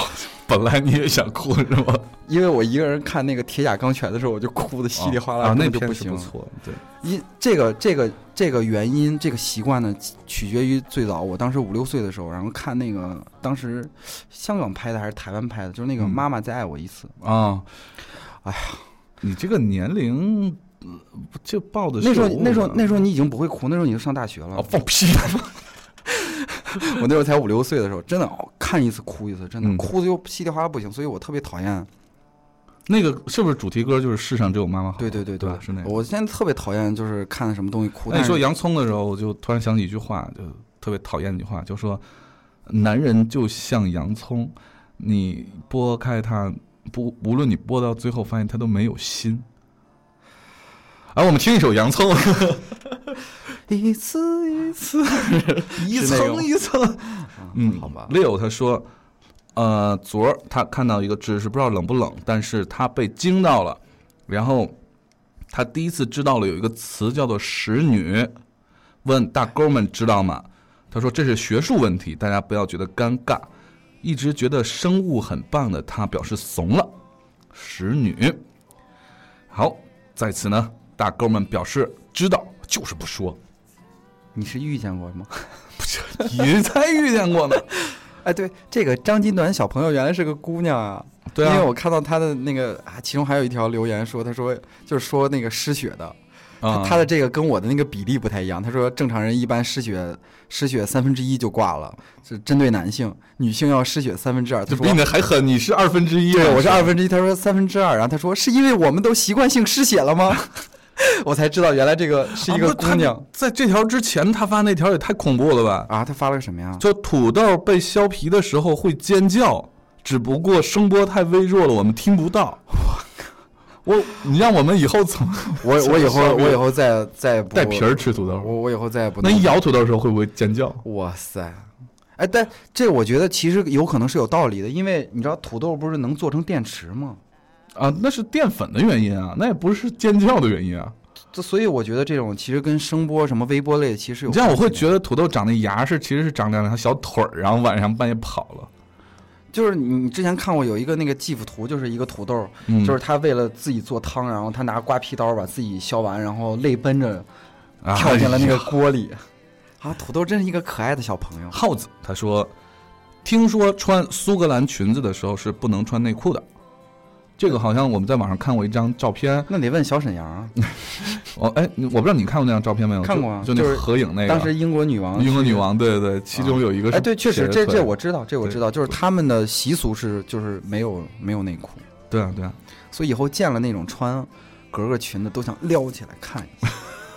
本来你也想哭是吗？ 因为我一个人看那个《铁甲钢拳》的时候，我就哭的稀里哗啦， 啊，那就不行。 片是不错，对。 因这个这个这个原因，这个习惯呢，取决于最早我当时五六岁的时候，然后看那个当时香港拍的还是台湾拍的，就是那个《妈妈再爱我一次》 啊。 哎呀， 你这个年龄就报的那时候那时候那时候你已经不会哭，那时候你就上大学了。 哦，放屁！ 我那时候才五六岁的时候，真的、哦、看一次哭一次，真的、 嗯、 哭的就稀里哗啦不行，所以我特别讨厌。 那个是不是主题歌就是世上只有妈妈好？ 对对对对， 是那个。 我现在特别讨厌就是看什么东西哭。 那你说洋葱的时候，我就突然想起一句话，就特别讨厌一句话，就说男人就像洋葱，你剥开它，不无论你剥到最后，发现它都没有心。而、啊、我们听一首洋葱。 一次一次， 一层一层。嗯， 好吧。 Leo 他说。呃，昨儿他看到一个知识，不知道冷不冷，但是他被惊到了，然后他第一次知道了有一个词叫做使女，问大哥们知道吗？他说这是学术问题，大家不要觉得尴尬。一直觉得生物很棒的他表示怂了，使女。好，在此呢，大哥们表示知道，就是不说。 你是遇见过吗？ 不是，你才遇见过呢。 哎，对，这个张金短小朋友原来是个姑娘啊。 对啊， 因为我看到她的那个啊，其中还有一条留言说，她说就是说那个失血的， 啊、 她的这个跟我的那个比例不太一样。她说正常人一般失血失血三分之一就挂了，是针对男性，女性要失血三分之二。她说比你还狠，你是二分之一。 对，我是二分之一。她说三分之二，然后她说是因为我们都习惯性失血了吗？我才知道原来这个是一个姑娘。 啊、在这条之前他发那条也太恐怖了吧？ 啊，他发了个什么呀？ 就土豆被削皮的时候会尖叫，只不过声波太微弱了，我们听不到。我，你让我们以后怎么？ 我我以后我以后再再不带皮儿吃土豆。 我我以后再也不。 那你咬土豆的时候会不会尖叫？ 哇塞！哎，但这我觉得其实有可能是有道理的，因为你知道土豆不是能做成电池吗？ 啊，那是淀粉的原因啊，那也不是尖叫的原因啊。 这所以我觉得这种其实跟声波什么微波类其实有。 这样我会觉得土豆长的牙是其实是长两条小腿儿，然后晚上半夜跑了。 就是你之前看过有一个那个 GIF 图，就是一个土豆，嗯、就是他为了自己做汤，然后他拿刮皮刀把自己削完，然后泪奔着跳进了那个锅里。啊，土豆真是一个可爱的小朋友。 耗子他说，听说穿苏格兰裙子的时候是不能穿内裤的。这个好像我们在网上看过一张照片， 那得问小沈阳啊。 哦，哎，我不知道你看过那张照片没有？ 看过啊， 就那个合影那个。 当时英国女王， 英国女王，对对对，其中有一个是。 哎，对，确实，这这我知道，这我知道，就是他们的习俗是就是没有没有内裤。 对啊，对啊， 所以以后见了那种穿格格裙的，都想撩起来看一下。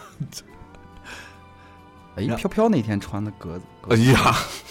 哎，飘飘那天穿的格子。 哎呀，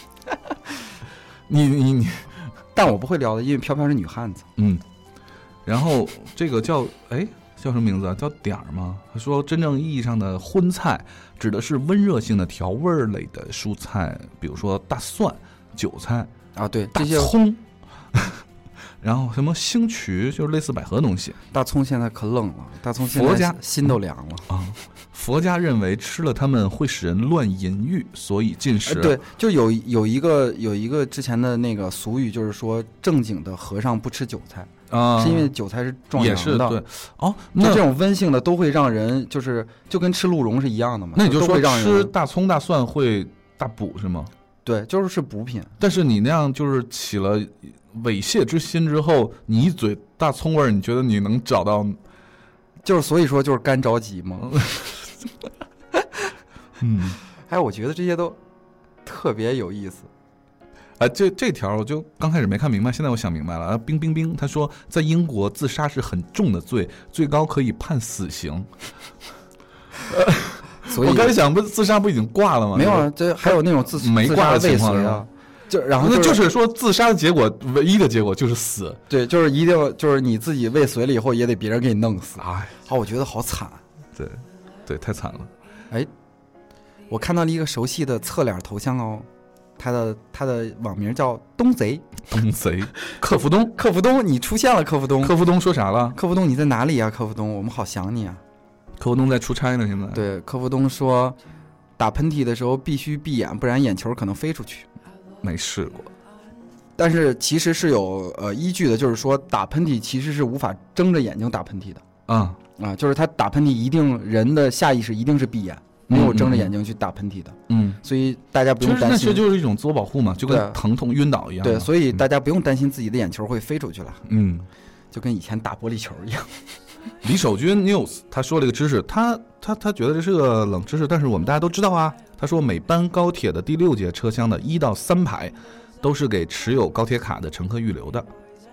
你你你， 但我不会撩的，因为飘飘是女汉子。 嗯。然后这个叫哎叫什么名字啊？叫点儿吗？他说真正意义上的荤菜指的是温热性的调味类的蔬菜，比如说大蒜、韭菜啊，对， 大葱，然后什么星渠，就是类似百合的东西。 大葱现在可冷了，大葱现在佛家心都凉了啊。佛家认为吃了它们会使人乱淫欲，所以禁食。 对，就有有一个有一个之前的那个俗语，就是说正经的和尚不吃韭菜。啊，是因为韭菜是壮阳的， 也是对哦。 那这种温性的都会让人就是就跟吃鹿茸是一样的嘛。 那你就说让吃大葱大蒜会大补是吗？ 对，就是是补品。 但是你那样就是起了猥亵之心之后，你一嘴大葱味儿，你觉得你能找到？ 就是所以说就是干着急嘛。 嗯， 哎，我觉得这些都特别有意思。 啊，这这条我就刚开始没看明白，现在我想明白了。啊，冰冰冰，他说在英国自杀是很重的罪，最高可以判死刑。呃，所以我刚才想，不自杀不已经挂了吗？ 没有啊，这还有那种自没挂的情况啊。就然后、就是、 那就是说自杀的结果，唯一的结果就是死。 对，就是一定就是你自己未遂了以后，也得别人给你弄死。 哎， 好，我觉得好惨。 对，对，太惨了。 哎，我看到了一个熟悉的侧脸头像哦。他的他的网名叫东贼， 东贼，克服东， 克服东，你出现了，克服东， 克服东说啥了？ 克服东，你在哪里啊？克服东，我们好想你啊！ 克服东在出差呢，现在。 对，克服东说，打喷嚏的时候必须闭眼，不然眼球可能飞出去。 没试过。 但是其实是有呃依据的，就是说打喷嚏其实是无法睁着眼睛打喷嚏的啊啊，就是他打喷嚏一定人的下意识一定是闭眼，没有睁着眼睛去打喷嚏的。 嗯， 所以大家不用担心， 其实那就是一种自我保护嘛，就跟疼痛晕倒一样。 对，所以大家不用担心自己的眼球会飞出去了。 嗯， 就跟以前打玻璃球一样。 李守军 news 他说了一个知识，他他他觉得这是个冷知识，但是我们大家都知道啊。他说每班高铁的第六节车厢的一到三排都是给持有高铁卡的乘客预留的。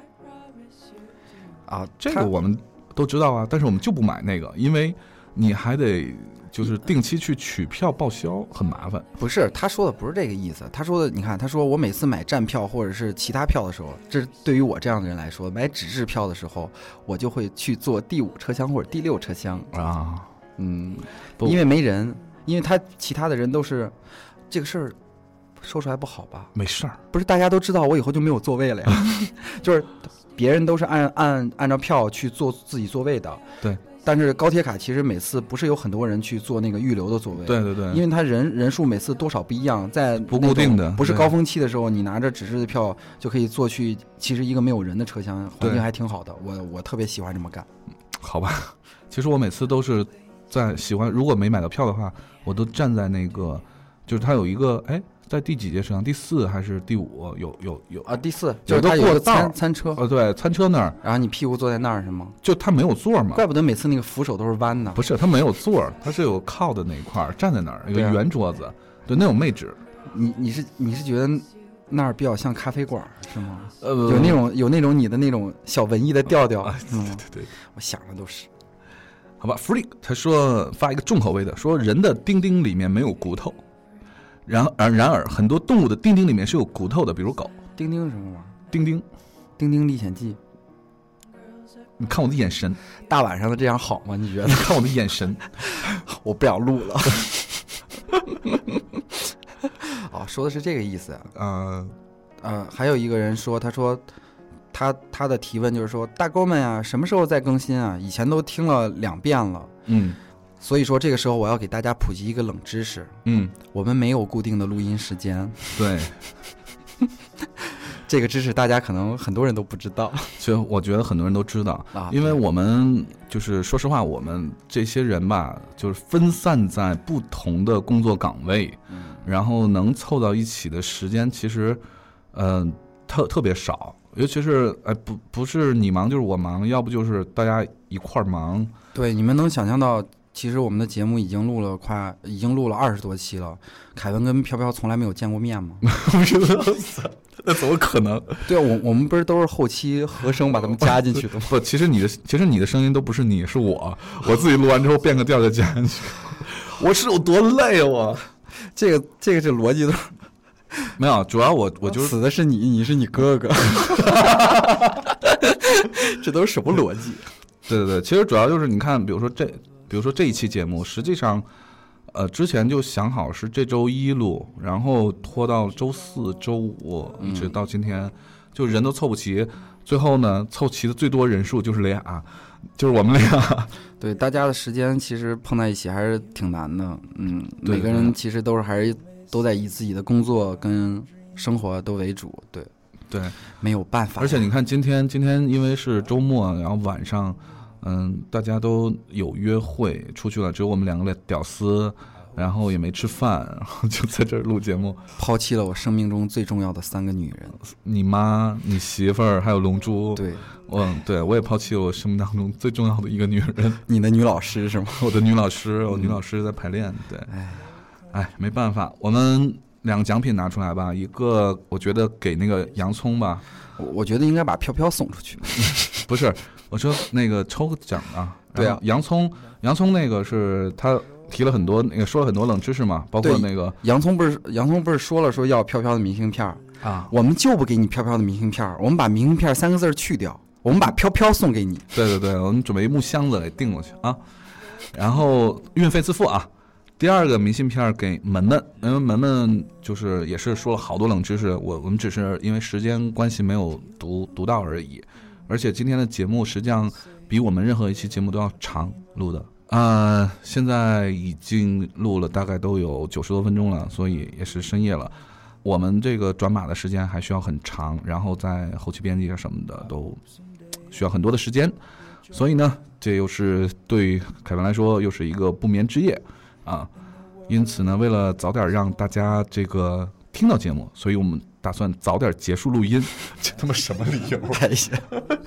啊， 这个我们都知道啊，但是我们就不买那个，因为你还得就是定期去取票报销，很麻烦。 不是，他说的不是这个意思。他说的，你看，他说我每次买站票或者是其他票的时候，这对于我这样的人来说，买纸质票的时候，我就会去坐第五车厢或者第六车厢啊。 嗯，因为没人，因为他其他的人都是这个事儿说出来不好吧？ 没事儿， 不是大家都知道，我以后就没有座位了呀。就是别人都是按按按照票去坐自己座位的。 对。 但是高铁卡其实每次不是有很多人去做那个预留的座位， 对对对， 因为他人人数每次多少不一样，在不固定的， 不是高峰期的时候，你拿着纸质的票就可以坐去，其实一个没有人的车厢，环境还挺好的，我我特别喜欢这么干。 好吧，其实我每次都是在喜欢，如果没买到票的话，我都站在那个，就是他有一个哎。在第几节车厢？第四还是第五？有有有啊，第四就是他有餐餐车， 呃，对，餐车那儿， 然后你屁股坐在那儿是吗？ 就他没有座嘛， 怪不得每次那个扶手都是弯的。 不是，他没有座，他是有靠的那一块，站在那儿，一个圆桌子，对，那种妹纸。 你你是你是觉得那儿比较像咖啡馆是吗？ 呃， 有那种有那种你的那种小文艺的调调， 啊、对对对， 我想的都是。 好吧 ，Freak 他说发一个重口味的，说人的丁丁里面没有骨头。然而，然而，很多动物的丁丁里面是有骨头的，比如狗。 丁丁什么玩意儿？ 丁丁， 丁丁历险记。 你看我的眼神， 大晚上的这样好吗？你觉得？ 看我的眼神， 我不想录了。哦，说的是这个意思啊。 呃， 呃，还有一个人说，他说他他的提问就是说，大哥们啊，什么时候再更新啊？以前都听了两遍了。 嗯。 所以说这个时候我要给大家普及一个冷知识， 嗯， 我们没有固定的录音时间。 对， 这个知识大家可能很多人都不知道。 其实我觉得很多人都知道啊， 因为我们就是说实话，我们这些人吧，就是分散在不同的工作岗位，嗯，然后能凑到一起的时间其实，嗯、呃，特特别少。尤其是哎，不不是你忙就是我忙，要不就是大家一块儿忙。 对，你们能想象到。其实我们的节目已经录了快，已经录了二十多期了。凯文跟飘飘从来没有见过面吗？ 那怎么可能？ 对啊，我我们不是都是后期和声把他们加进去的吗？ 不，其实你的其实你的声音都不是你，是我，我自己录完之后变个调就加进去。我是有多累啊！我这个这个这逻辑都没有，主要我我就是死的是你，你是你哥哥，这都是什么逻辑？ 对对对，其实主要就是你看，比如说这。比如说这一期节目，实际上，呃，之前就想好是这周一录，然后拖到周四周五一直到今天，就人都凑不齐，最后呢，凑齐的最多人数就是俩，就是我们俩。 对，大家的时间其实碰在一起还是挺难的，嗯，每个人其实都是还是都在以自己的工作跟生活都为主，对对， 没有办法。 而且你看今天今天因为是周末，然后晚上。嗯，大家都有约会出去了，只有我们两个屌丝，然后也没吃饭，然后就在这儿录节目， 抛弃了我生命中最重要的三个女人， 你妈、你媳妇儿还有龙珠。 对， 嗯，对我也抛弃了我生命当中最重要的一个女人， 你的女老师是吗？ 我的女老师，我女老师在排练。对，哎，哎，没办法，我们两个奖品拿出来吧，一个我觉得给那个洋葱吧， 我我觉得应该把飘飘送出去。 不是，我说那个抽个奖啊， 对啊， 洋葱，洋葱那个是他提了很多，那个说了很多冷知识嘛，包括那个洋葱不是洋葱不是说了说要飘飘的明信片啊， 我们就不给你飘飘的明信片，我们把明信片三个字去掉，我们把飘飘送给你。 对对对，我们准备一木箱子给订过去啊，然后运费自付啊。第二个明信片给门门，因为门门就是也是说了好多冷知识，我我们只是因为时间关系没有读读到而已。而且今天的节目实际上比我们任何一期节目都要长录的，呃，现在已经录了大概都有九十多分钟了，所以也是深夜了。 我们这个转码的时间还需要很长，然后在后期编辑啊什么的都需要很多的时间，所以呢，这又是对凯文来说又是一个不眠之夜啊。因此呢，为了早点让大家这个听到节目，所以我们打算早点结束录音。这他妈什么理由？ 开一下。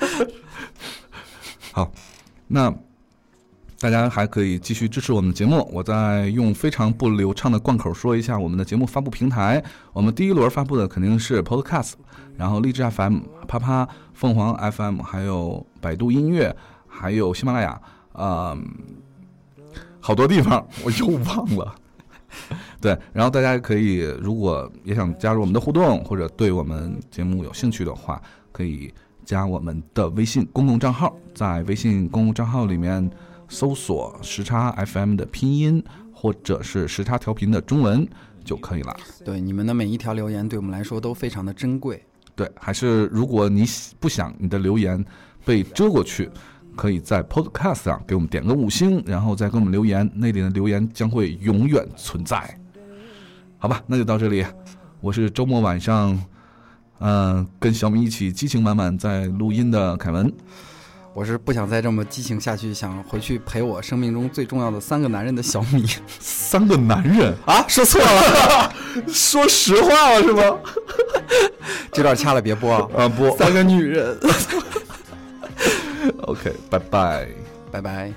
好，那大家还可以继续支持我们的节目。我再用非常不流畅的贯口说一下我们的节目发布平台。我们第一轮发布的肯定是 Podcast， 然后荔枝 F M、啪啪、凤凰 F M， 还有百度音乐，还有喜马拉雅，呃，好多地方我又忘了。对，然后大家可以如果也想加入我们的互动，或者对我们节目有兴趣的话，可以加我们的微信公共账号，在微信公共账号里面搜索时差 F M 的拼音，或者是时差调频的中文就可以了。 对，你们的每一条留言对我们来说都非常的珍贵。 对，还是如果你不想你的留言被遮过去，可以在 Podcast 上给我们点个五星，然后再给我们留言，那里的留言将会永远存在。好吧，那就到这里。我是周末晚上嗯、呃，跟小米一起激情满满在录音的凯文。 我是不想再这么激情下去，想回去陪我生命中最重要的三个男人的小米。 三个男人啊？说错了。 说实话了是吗？ 这段掐了别播啊！ 啊播。 三个女人。 OK， 拜拜， 拜拜。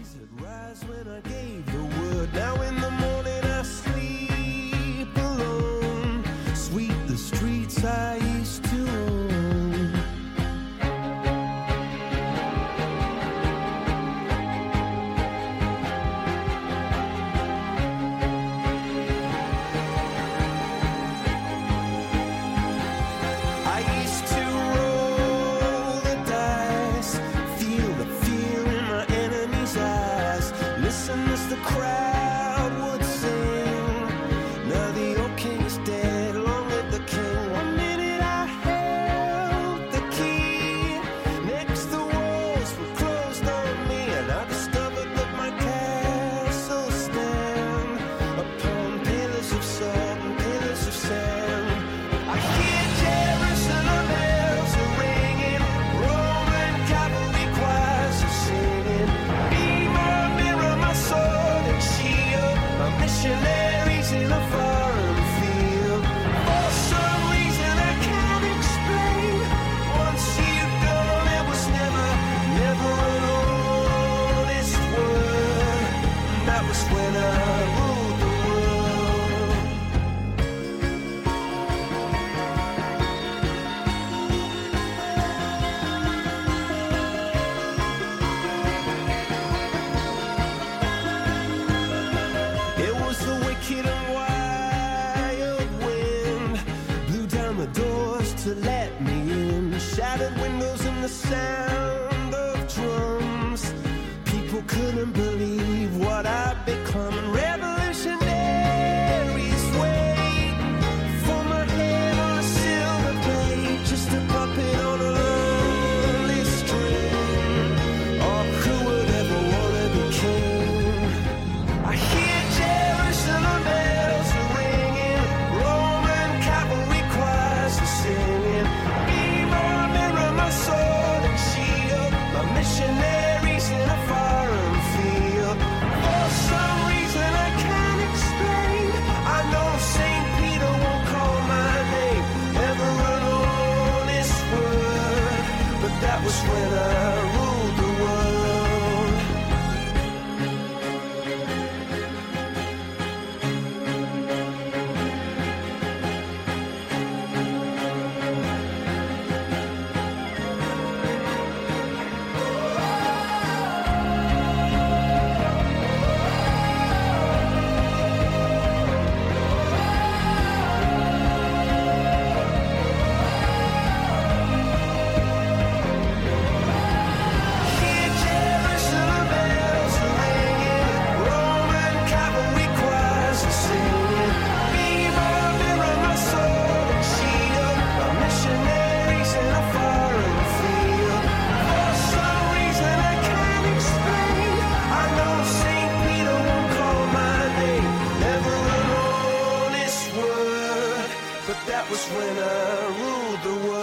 Sound of drums, people couldn't believe what I'd become. Revolutionaries wait for my head on a silver plate, just a puppet on a lonely string. Oh, who would ever want to be king? I hear Jerusalem bells are ringing, Roman cavalry choirs are singing. Be my mirror, my sword and shield. was when I ruled the world.